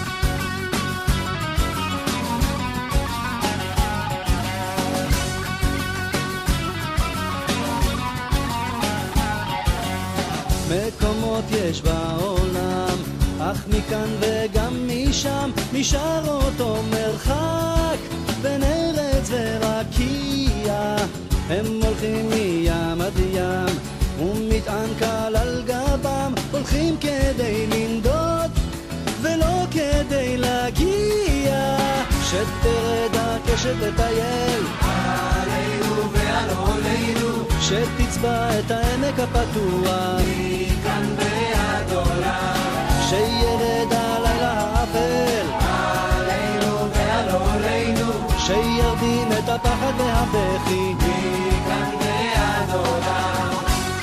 מקומות יש בעולם, אך מכאן וגם משם נשאר אותו מרחק בין ארץ ורקיע. הם הולכים מים עד ים ומטען קל על גבם, הולכים כדי לנדוד ולא כדי להגיע. שתרד הקשת לטייל עלינו ועל עולנו, שתצבע את העמק הפתוח מכאן ועד עולם. שירד הלילה האפל עלינו ועל עולנו, שירדים את הפחד והבכי מכאן ועד עולם.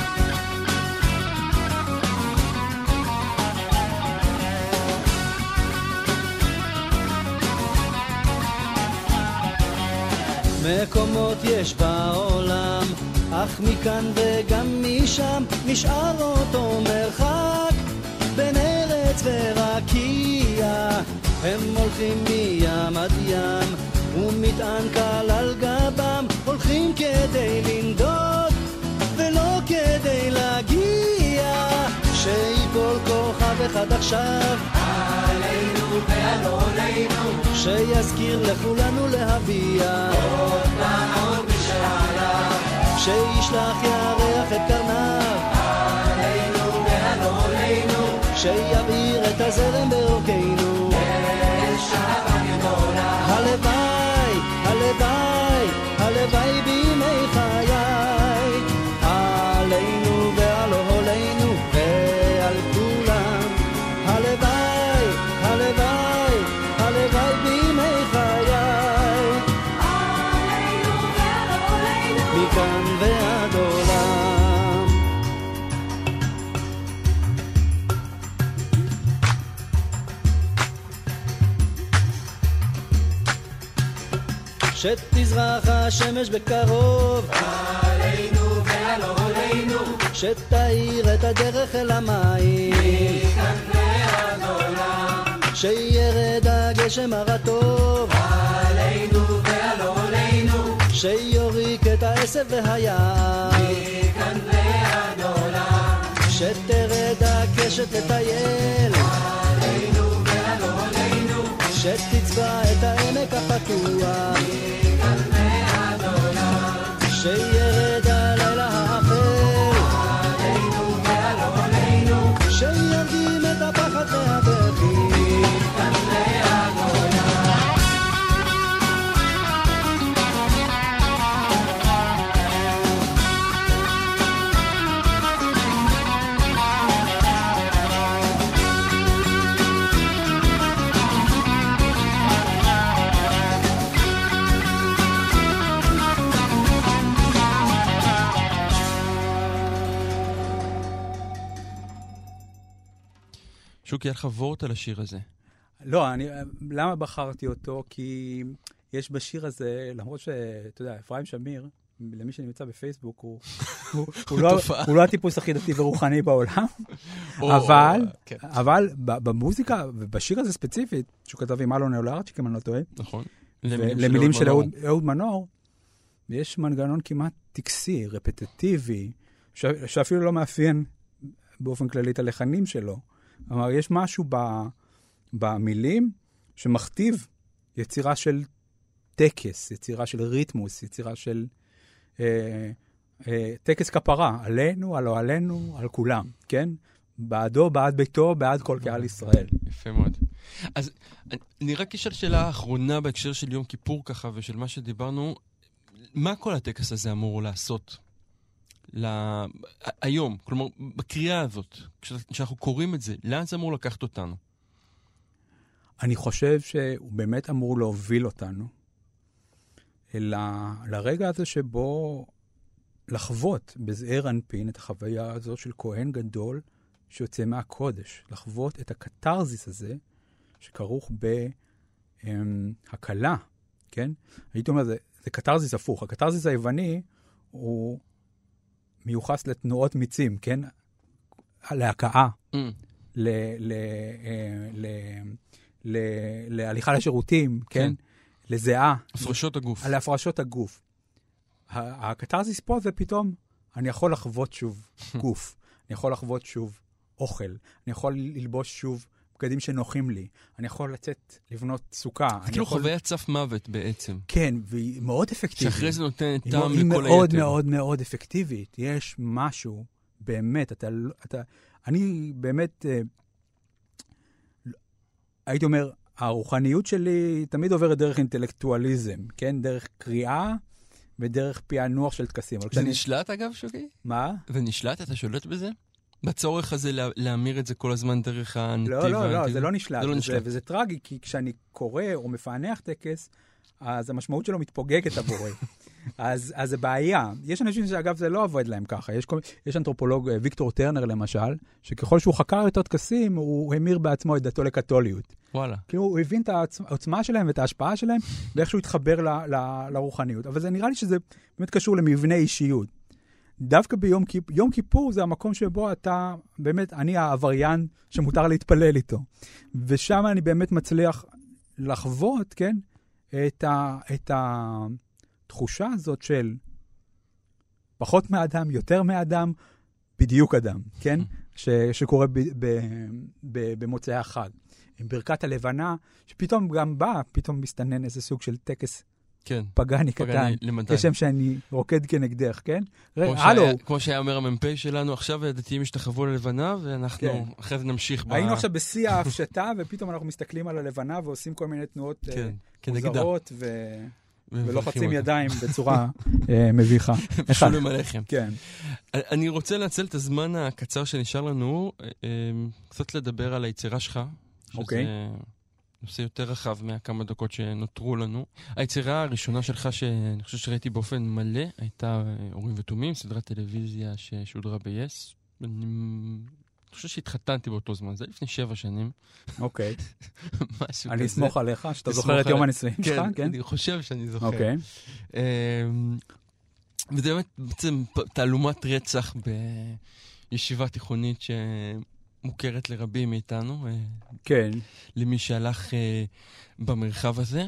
מקומות יש בעולם, אך מכאן וגם משם נשאר אותו מרחק בין ארץ ורקיע. הם הולכים מים עד ים ומטען קל על גבם, הולכים כדי לנדוד ולא כדי להגיע. שיפול כוכב אחד עכשיו עלינו ועל עולנו, שיזכיר לכולנו להביע עוד פעם בשעלה. שישלח ירח את קרניו עלינו ועל עולנו, שיבעיר את הזרם בעורקינו. יש אהבה גדולה. הלוואי, הלוואי, הלוואי בימי חיי עלינו ועל עולנו ועל כולם. הלוואי, הלוואי, הלוואי בימי חיי עלינו ועל עולנו, מכאן ועד עולם. שתזרח השמש בקרוב עלינו ועל עולנו, שתאיר את הדרך אל המים מכאן ועד עולם. שירד הגשם הרטוב עלינו ועל עולנו, שיוריק את העשב והיער מכאן ועד עולם. שתרד הקשת לטייל עלינו ועל עולנו, שתצבע את העמק הפתוח מכאן ועד עולם. שירד הלילה האפל עלינו ועל עולנו, שירדים את הפחד והבכי מכאן ועד עולם. שוקי, היה לך וורט על השיר הזה. לא, למה בחרתי אותו? כי יש בשיר הזה, למרות שאתה יודע, אפרים שמיר, למי שנמצא בפייסבוק, הוא לא הטיפוס הכי דתי ורוחני בעולם, אבל במוזיקה, ובשיר הזה ספציפית, שהוא כתב עם אלון אולרצ'יק, אם אני לא טועה, נכון. למילים של אהוד מנור, יש מנגנון כמעט טקסי, רפטטיבי, שאפילו לא מאפיין באופן כללי את הלחנים שלו. כלומר, יש משהו במילים שמכתיב יצירה של טקס, יצירה של ריתמוס, יצירה של טקס כפרה, עלינו, עלינו, על כולם, כן? בעדו, בעד ביתו, בעד כל קהל ישראל. יפה מאוד. אז אני רק אשאל שאלה האחרונה בהקשר של יום כיפור ככה, ושל מה שדיברנו, מה כל הטקס הזה אמור לעשות היום? כלומר, בקריאה הזאת, כשאנחנו קוראים את זה, לאן זה אמור לקחת אותנו? אני חושב שהוא באמת אמור להוביל אותנו לרגע הזה שבו לחוות בזעיר אנפין את החוויה הזאת של כהן גדול שיוצא מהקודש. לחוות את הקתרזיס הזה שכרוך בהקלה, כן? הייתי אומר, זה קתרזיס הפוך. הקתרזיס היווני הוא מיוחס לתנועות מיצים, כן? להקאה, להליכה לשירותים, כן? לזיעה. הפרשות הגוף. להפרשות הגוף. הקתרזיס פה זה פתאום, אני יכול לחוות שוב גוף, אני יכול לחוות שוב אוכל, אני יכול ללבוש שוב בגדים שנוחים לי, אני יכול לצאת לבנות סוכה. זה כאילו חוויית צף מוות בעצם. כן, והיא מאוד אפקטיבית. שאחרי זה נותנת טעם לכל היתר. היא מאוד מאוד מאוד אפקטיבית. יש משהו, באמת, אני באמת, הייתי אומר, הרוחניות שלי תמיד עוברת דרך אינטלקטואליזם, כן? דרך קריאה ודרך פענוח של טקסים. זה נשלט אגב, שוגי? מה? זה נשלט? אתה שולט בזה? בצורך הזה להמיר את זה כל הזמן דרך הנתיב? לא, זה לא נשלט. וזה טרגי, כי כשאני קורא או מפענח טקס, אז המשמעות שלו מתפוגגת עבורי. אז זה בעיה. יש אנשים שאגב זה לא עובד להם ככה. יש אנתרופולוג, ויקטור טרנר למשל, שככל שהוא חקר יותר טקסים, הוא המיר בעצמו את דתו לקתוליות. וואלה. כאילו הוא הבין את העוצמה שלהם ואת ההשפעה שלהם, ואיך שהוא התחבר לרוחניות. אבל זה נראה לי שזה באמת קשור למבנה אישיות. דווקא יום כיפור זה המקום שבו אתה, באמת, אני העבריין שמותר להתפלל איתו. ושם אני באמת מצליח לחוות, כן, את התחושה הזאת של פחות מאדם, יותר מאדם, בדיוק אדם, כן? שקורה במוצאי החג. עם ברכת הלבנה, שפתאום גם בא, פתאום מסתנן איזה סוג של טקס פגני קטן, כשם שאני רוקד כנגדך, כן? כמו שהיה אומר המ"פ שלנו, עכשיו הדתיים השתחוו ללבנה, ואנחנו אחרי זה נמשיך. היינו עכשיו בשיא ההפשטה, ופתאום אנחנו מסתכלים על הלבנה, ועושים כל מיני תנועות מוזרות, ולוחצים ידיים בצורה מביכה. שולם עליכם. כן. אני רוצה לנצל את הזמן הקצר שנשאר לנו, קצת לדבר על היצירה שלך, אוקיי. נושא יותר רחב מהכמה דקות שנותרו לנו. היצירה הראשונה שלך שאני חושב שראיתי באופן מלא הייתה אורים ותומים, סדרת טלוויזיה ששודרה ב-yes. אני חושב שהתחתנתי באותו זמן, זה לפני 7 שנים. אוקיי. אני אסמוך עליך, שאתה זוכר את יום הנישואים שלך, כן? אני חושב שאני זוכר. אוקיי. וזה באמת בעצם תעלומת רצח בישיבה תיכונית מוכרת לרבים מאיתנו, כן. למי שהלך במרחב הזה.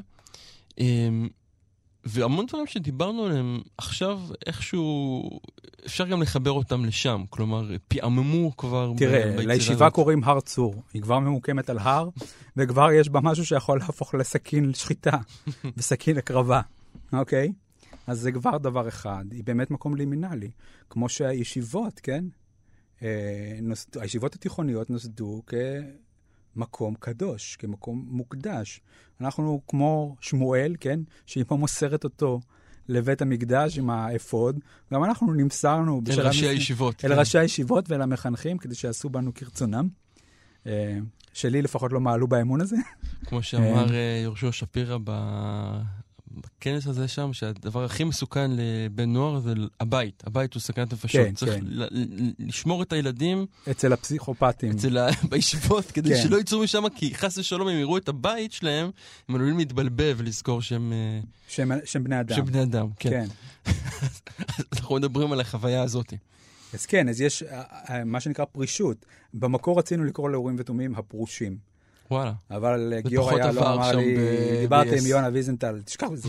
והמון דברים שדיברנו עליהם, עכשיו איכשהו אפשר גם לחבר אותם לשם, כלומר, פעממו כבר תראה, לישיבה קוראים הר צור, היא כבר ממוקמת על הר, וכבר יש בה משהו שיכול להפוך לסכין שחיטה, וסכין הקרבה, אוקיי? אז זה כבר דבר אחד, היא באמת מקום לימינלי, כמו שהישיבות, כן? הישיבות התיכוניות נוסדו כמקום קדוש, כמקום מוקדש. אנחנו כמו שמואל, כן? שהיא פה מוסרת אותו לבית המקדש עם האפוד. גם אנחנו נמסרנו אל ראשי הישיבות. אל ראשי הישיבות ואל המחנכים, כדי שיעשו בנו כרצונם. שלי לפחות לא מעלו באמון הזה. כמו שאמר יהושע שפירא בכנס הזה שם, שהדבר הכי מסוכן לבן נוער זה הבית. הבית הוא סכנת נפשות. כן, צריך לשמור את הילדים אצל הפסיכופטים. בישיבות, כדי שלא יצאו משם, כי חס ושלום הם יראו את הבית שלהם, הם עלולים להתבלבל ולזכור שהם בני אדם. שהם בני אדם, כן. אנחנו מדברים על החוויה הזאת. אז כן, אז יש מה שנקרא פרישות. במקור רצינו לקרוא לאורים ותומים הפרושים. וואלה. אבל גיור היה לא אמר לי, דיברתי עם יונה ויזנטל, תשכח בזה.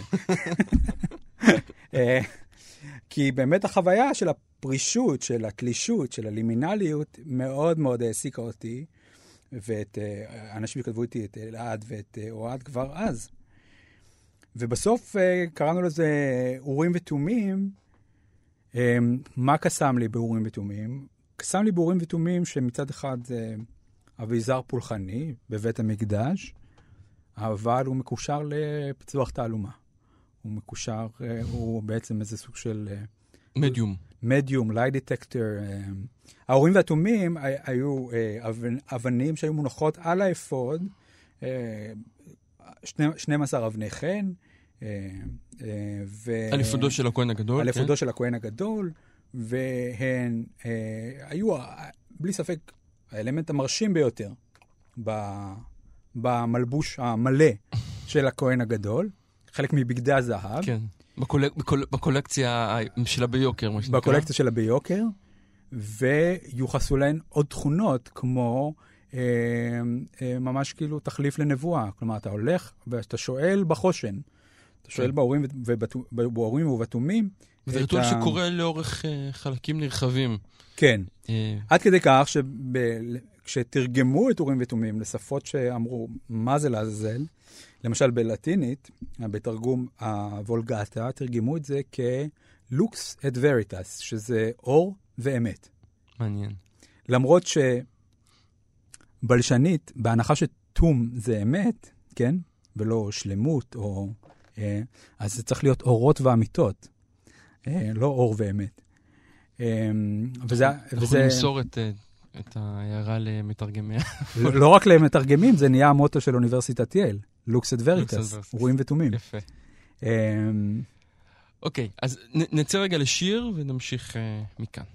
כי באמת החוויה של הפרישות, של התלישות, של הלימינליות, מאוד מאוד העסיקה אותי, ואת אנשים שכתבו איתי, את אלעד ואת אוהד כבר אז. ובסוף קראנו לזה אורים ותומים. מה קסם לי באורים ותומים? קסם לי באורים ותומים שמצד אחד זה אביזר פולחני בבית המקדש, אבל הוא מקושר לפיצוח תעלומה. הוא מקושר, הוא בעצם איזה סוג של מדיום, light detector. האורים והתומים היו אבנים שהיו מונחות על האפוד, 12 אבני חן, אליפודו של הכהן הגדול. אליפודו של הכהן הגדול, והן היו, בלי ספק, האלמנט המרשים ביותר במלבוש המלא של הכהן הגדול, חלק מבגדי הזהב. כן, בקולקציה שלה ביוקר, מה שנקרא. בקולקציה שלה ביוקר, ויוחסו להן עוד תכונות, כמו ממש כאילו תחליף לנבואה. כלומר, אתה הולך ואתה שואל בחושן, אתה שואל באורים ובתומים. וזה ריטואל שקורה לאורך חלקים נרחבים. כן. עד כדי כך כשתרגמו את אורים ותומים לשפות שאמרו מה זה לעזאזל, למשל בלטינית, בתרגום הוולגטה, תרגמו את זה כלוקס את וריטס, שזה אור ואמת. מעניין. למרות שבלשנית, בהנחה שתום זה אמת, כן? ולא שלמות, אז זה צריך להיות אורות ואמיתות. לא אור ואמת. אנחנו נמסור את ההערה למתרגמיה. לא רק למתרגמים, זה נהיה המוטו של אוניברסיטת יייל. לוקס את וריטס, רואים ותומים. יפה. אוקיי, אז נצא רגע לשיר ונמשיך מכאן.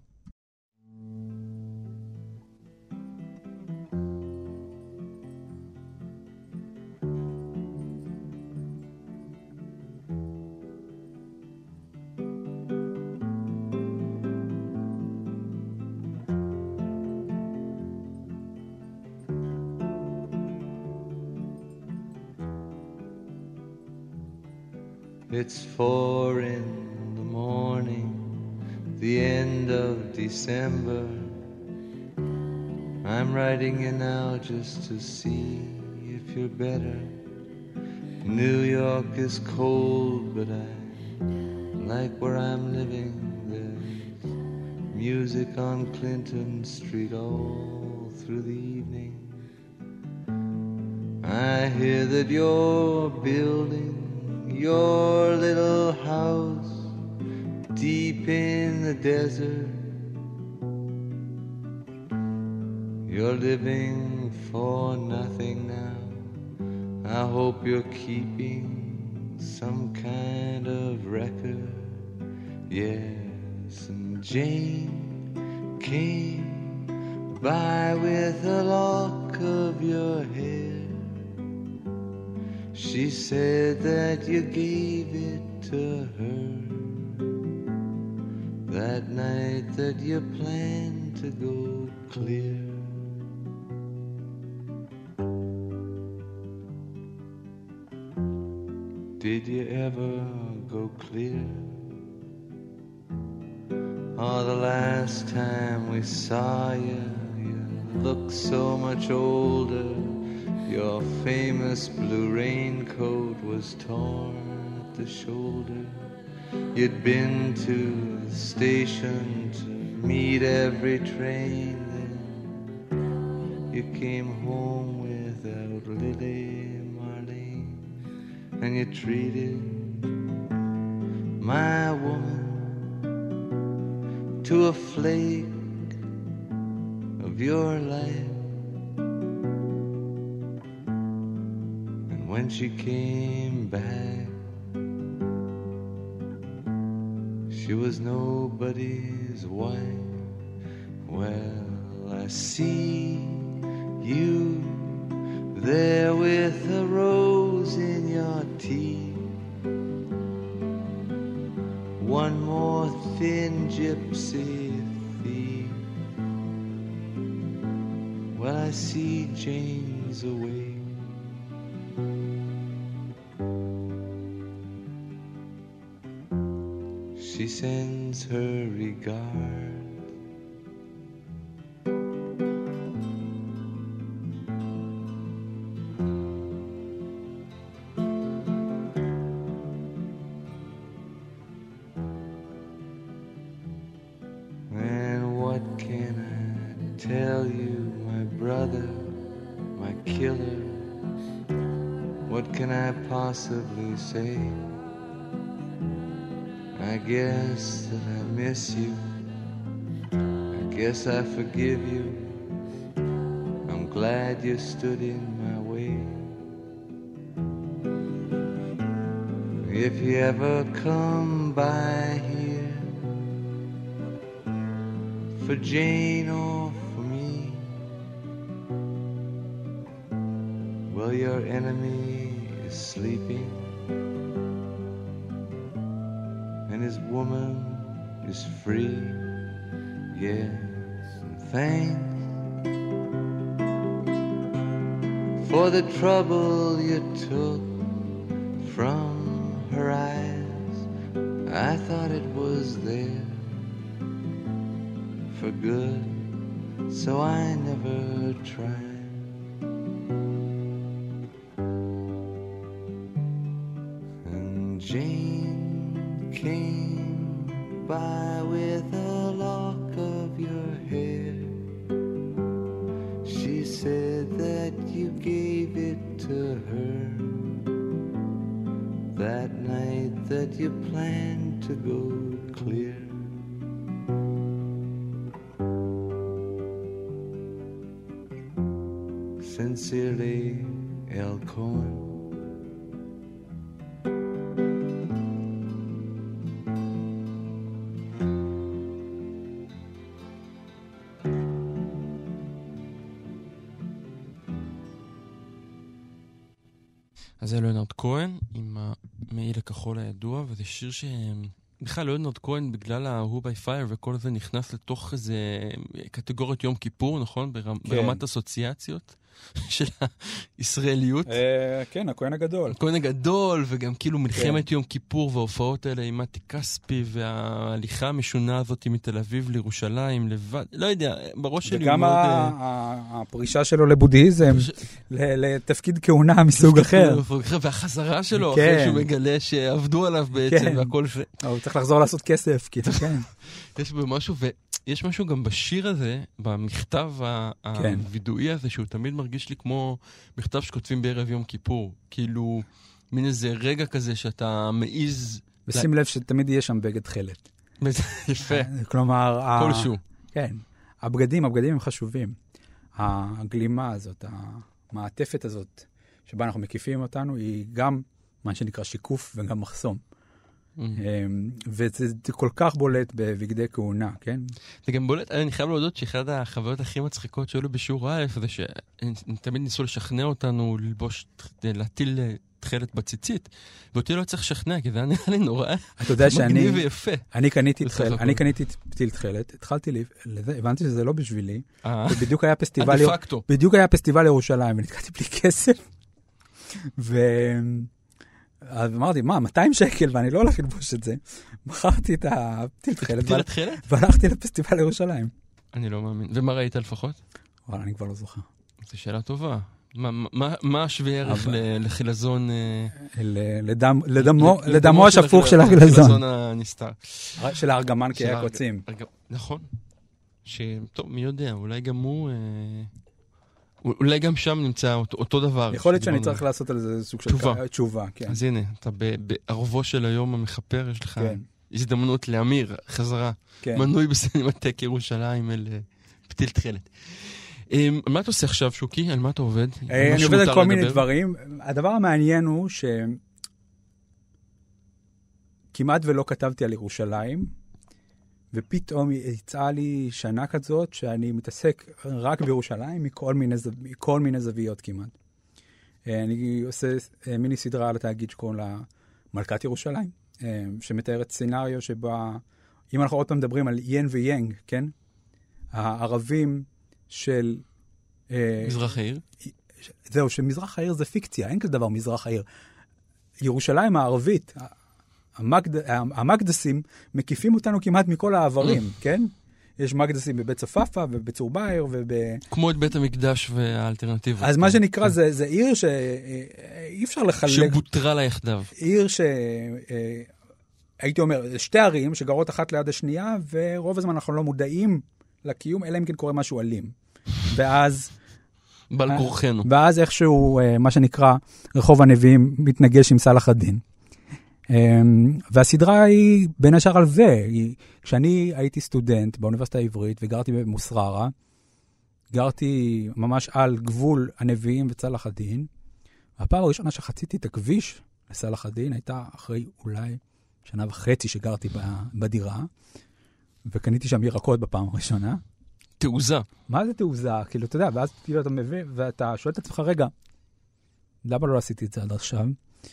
It's 4 in the morning, the end of December. I'm writing you now just to see if you're better. New York is cold, but I like where I'm living. There's music on Clinton Street all through the evening. I hear that you're building your little house deep in the desert. You're living for nothing now. I hope you're keeping some kind of record. Yes, and Jane came by with a lock of your hair. She said that you gave it to her that night that you planned to go clear. Did you ever go clear? Oh, the last time we saw you, you looked so much older. Your famous blue raincoat was torn at the shoulder. You'd been to the station to meet every train. Then you came home without Lily Marlene, and you treated my woman to a flake of your life. When she came back, she was nobody's wife. Well, I see you there with a rose in your teeth. One more thin gypsy thief. Well, I see Jane's away. She sends her regard. And what can I tell you, my brother, my killer? What can I possibly say? I guess that I miss you. I guess I forgive you. I'm glad you stood in my way. if you ever come by here for Jane or for me, well, your enemy is sleeping and his woman is free. Yes, and thanks for the trouble you took from her eyes. I thought it was there for good, so I never tried. And Jane came by with a lock of your hair. She said that you gave it to her that night that you planned to go clear. Sincerely, L. Cohen. אז זה ליאונרד כהן עם המעיל הכחול הידוע, וזה שיר בכלל ליאונרד כהן בגלל ההוא ביי פייר וכל זה נכנס לתוך איזה קטגוריית יום כיפור, נכון? ברמת אסוציאציות של הישראליות. כן, הכהן הגדול. הכהן הגדול, וגם כאילו מלחמת יום כיפור וההופעות האלה עם מתי כספי וההליכה המשונה הזאת מתל אביב לירושלים לבד, לא יודע, בראש שלי וגם הפרישה שלו לבודהיזם, לתפקיד כהונה מסוג אחר. והחזרה שלו, אחרי שהוא מגלה שעבדו עליו בעצם והכל זה. הוא צריך לחזור לעשות כסף, כאילו, כן. יש בו משהו, ויש משהו גם בשיר הזה, במכתב הוידואי הזה, שהוא תמיד מרגיש לי כמו מכתב שכותבים בערב יום כיפור. כאילו, מין איזה רגע כזה שאתה מעיז... ושים לב שתמיד יהיה שם בגד תכלת. יפה. כלומר... כלשהו. כן. הבגדים הם חשובים. הגלימה הזאת, המעטפת הזאת, שבה אנחנו מקיפים אותנו, היא גם מה שנקרא שיקוף וגם מחסום. וזה כל כך בולט בבגדי כהונה, כן? זה גם בולט, אני חייב להודות שאחד החוויות הכי מצחיקות שהיו לי בשיעור א' זה שתמיד ניסו לשכנע אותנו להטיל תכלת בציצית, ואותי לא צריך לשכנע, כי זה היה נראה לי נורא מגניב ויפה. אני קניתי פתיל תכלת, התחלתי לזה, הבנתי שזה לא בשבילי, ובדיוק היה פסטיבל ירושלים, ונתקעתי בלי כסף, אז אמרתי, 200 שקל, ואני לא הולך ללבוש את זה. מכרתי את הפתיל תכלת, והלכתי לפסטיבל ירושלים. אני לא מאמין. ומה ראית לפחות? אבל אני כבר לא זוכר. זו שאלה טובה. מה השווה ערך לחילזון... לדמו השפוך של החילזון. לחילזון הנסתר. של הארגמן כהקוצים. נכון. טוב, מי יודע, אולי גם הוא... אולי גם שם נמצא אותו דבר. יכול להיות שאני צריך לעשות על זה סוג של תשובה. אז הנה, אתה בערבו של היום המחפר, יש לך הזדמנות להמיר חזרה. מנוי בסינמטק ירושלים אל פתיל תכלת. מה אתה עושה עכשיו, שוקי? על מה אתה עובד? אני עובד על כל מיני דברים. הדבר המעניין הוא שכמעט ולא כתבתי על ירושלים, ופתאום יצאה לי שנה כזאת שאני מתעסק רק בירושלים מכל מיני זוויות כמעט. אני עושה מיני סדרה על התאגיד שקוראים לה מלכת ירושלים, שמתארת סצנריו שבה, אם אנחנו עוד פעם מדברים על ין ויינג, כן? הערבים של... מזרח העיר? זהו, שמזרח העיר זה פיקציה, אין כזה דבר מזרח העיר. ירושלים הערבית... המקדסים מקיפים אותנו כמעט מכל העברים, כן? יש מקדסים בבית צפאפא ובצור באהר כמו את בית המקדש והאלטרנטיבות. אז מה שנקרא זה עיר שאי אפשר לחלק... שבוטרה לה יחדיו. עיר הייתי אומר, שתי ערים שגרות אחת ליד השנייה, ורוב הזמן אנחנו לא מודעים לקיום, אלא אם כן קורה משהו אלים. ואז... בעל כורחנו. ואז איכשהו, מה שנקרא, רחוב הנביאים מתנגש עם סלאח א-דין. והסדרה היא בין השאר על זה. כשאני הייתי סטודנט באוניברסיטה העברית וגרתי במוסררה, גרתי ממש על גבול הנביאים וצלאח א-דין. הפעם הראשונה שחציתי את הכביש לסלאח א-דין, הייתה אחרי אולי שנה וחצי שגרתי בדירה, וקניתי שם ירקות בפעם הראשונה. תעוזה. מה זה תעוזה? כאילו, אתה יודע, ואז כאילו אתה מבין, ואתה שואל את עצמך, רגע, למה לא עשיתי את זה עד עכשיו?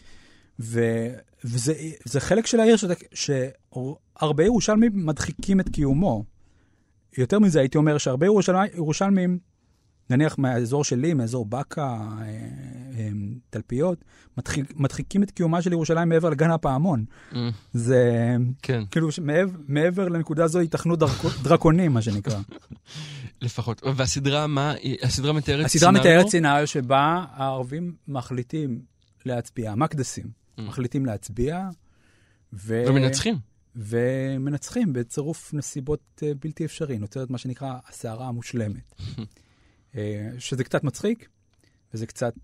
וזה חלק של העיר שהרבה ירושלמים מדחיקים את קיומו. יותר מזה, הייתי אומר שהרבה ירושלמים, נניח מהאזור שלי, מאזור בקה, תלפיות, מדחיקים את קיומה של ירושלים מעבר לגן הפעמון. זה כאילו מעבר לנקודה זו ייתכנו דרקונים, מה שנקרא. לפחות. והסדרה מה? הסדרה מתארת סצנריו? הסדרה מתארת סצנריו שבה הערבים מחליטים להצביע, מקדסים, מחליטים להצביע, ומנצחים. ומנצחים בצירוף נסיבות בלתי אפשרי. נוצרת מה שנקרא הסערה המושלמת. שזה קצת מצחיק, וזה קצת...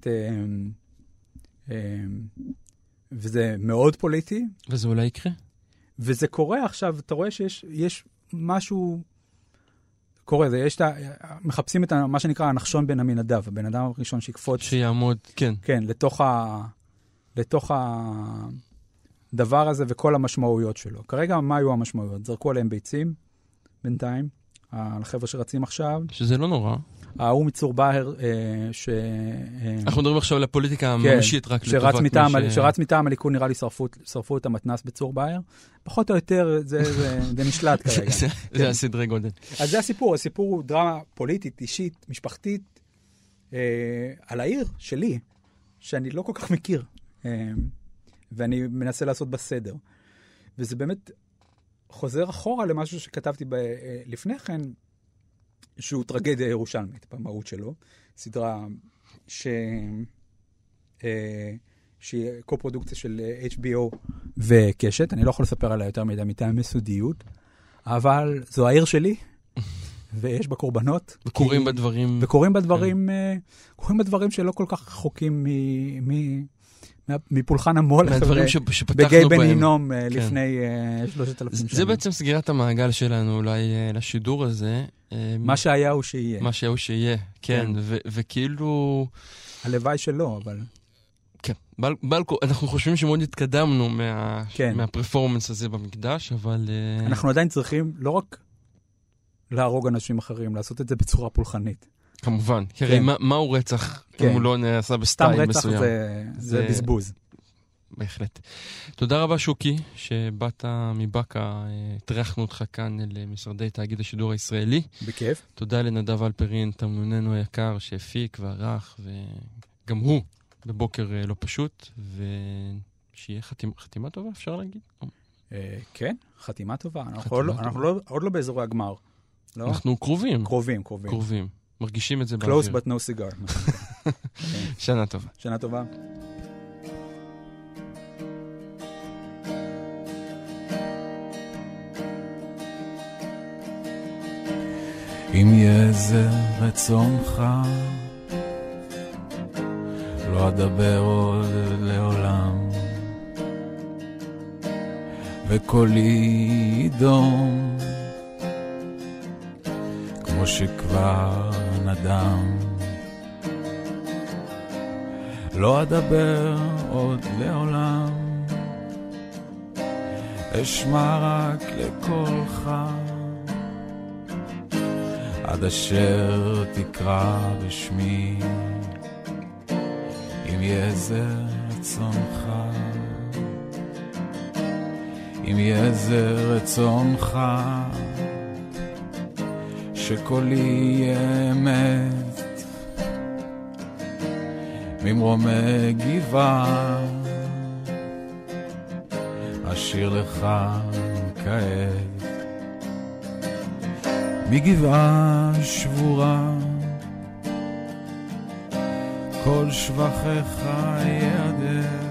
וזה מאוד פוליטי. וזה אולי יקרה? וזה קורה עכשיו, אתה רואה שיש משהו... קורה, מחפשים את מה שנקרא הנחשון בן עמינדב, הבן אדם הראשון שיקפוץ... שיעמוד, כן. כן, לתוך הדבר הזה וכל המשמעויות שלו. כרגע, מה היו המשמעויות? זרקו עליהם ביצים, בינתיים, לחבר'ה שרצים עכשיו. שזה לא נורא. ההוא מצור בהר, אנחנו מדברים עכשיו על הפוליטיקה הממשית, רק לטובת מי שרץ מטעם הליכוד, נראה לי שרפו את המתנס בצור בהר. פחות או יותר, זה נשלט כרגע. זה הסדרי גודל. אז זה הסיפור. הסיפור הוא דרמה פוליטית, אישית, משפחתית, על העיר שלי, שאני לא כל כך מכיר, ואני מנסה לעשות בסדר. וזה באמת חוזר אחורה למשהו שכתבתי לפני כן, שהוא טרגדיה ירושלמית במהות שלו. סדרה שהיא קו-פרודוקציה של HBO וקשת. אני לא יכול לספר עליה יותר מדי מטעם סודיות, אבל זו העיר שלי, ויש בה קורבנות. וקוראים בדברים... וקוראים בדברים שלא כל כך רחוקים מפולחן המולך. מהדברים שפתחנו בגיא בהם. בן הינום לפני 3,000 שנה. זה בעצם סגירת המעגל שלנו אולי לשידור הזה. מה שהיה הוא שיהיה. מה שהיה הוא שיהיה, כן. וכאילו... הלוואי שלא, אבל... כן. אנחנו חושבים שמאוד התקדמנו מהפרפורמנס הזה במקדש, אבל... אנחנו עדיין צריכים לא רק להרוג אנשים אחרים, לעשות את זה בצורה פולחנית. כמובן. כי הרי מהו רצח אם הוא לא נעשה בסטייל מסוים? סתם רצח זה בזבוז. בהחלט. תודה רבה שוקי, שבאת מבקה, התרחנו אותך כאן למשרדי תאגיד השידור הישראלי. בכיף. תודה לנדב אלפרין, תמנוננו היקר, שהפיק וערך, וגם הוא בבוקר לא פשוט, ושיהיה חתימה טובה, אפשר להגיד? כן, חתימה טובה. אנחנו עוד לא באזורי הגמר. אנחנו קרובים. קרובים. מרגישים את זה באוויר. Close but no cigar. שנה טובה. שנה טובה. אם יהיה זה רצונך, לא אדבר עוד לעולם, וקולי ידום כמו שכבר נדם. לא אדבר עוד לעולם, אשמע רק לקולך, עד אשר תקרא בשמי, אם יהיה זה רצונך, אם יהיה זה רצונך, שקולי יהיה אמת ממרומי גבעה, אשיר לך כעת מגבעה שבורה, כל שבחך יעדר,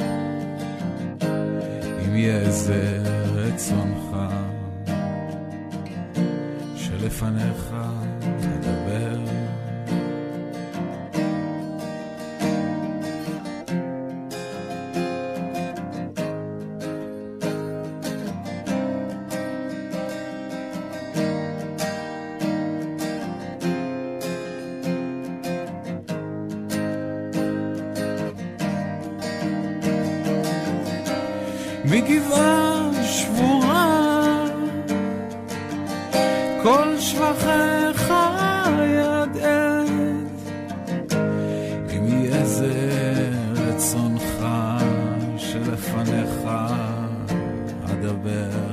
אם יהיה זה רצונך, שלפניך נדבר. מגבעה שבורה כל שבחיך יד עד אם יהיה זה רצונך שלפניך אדבר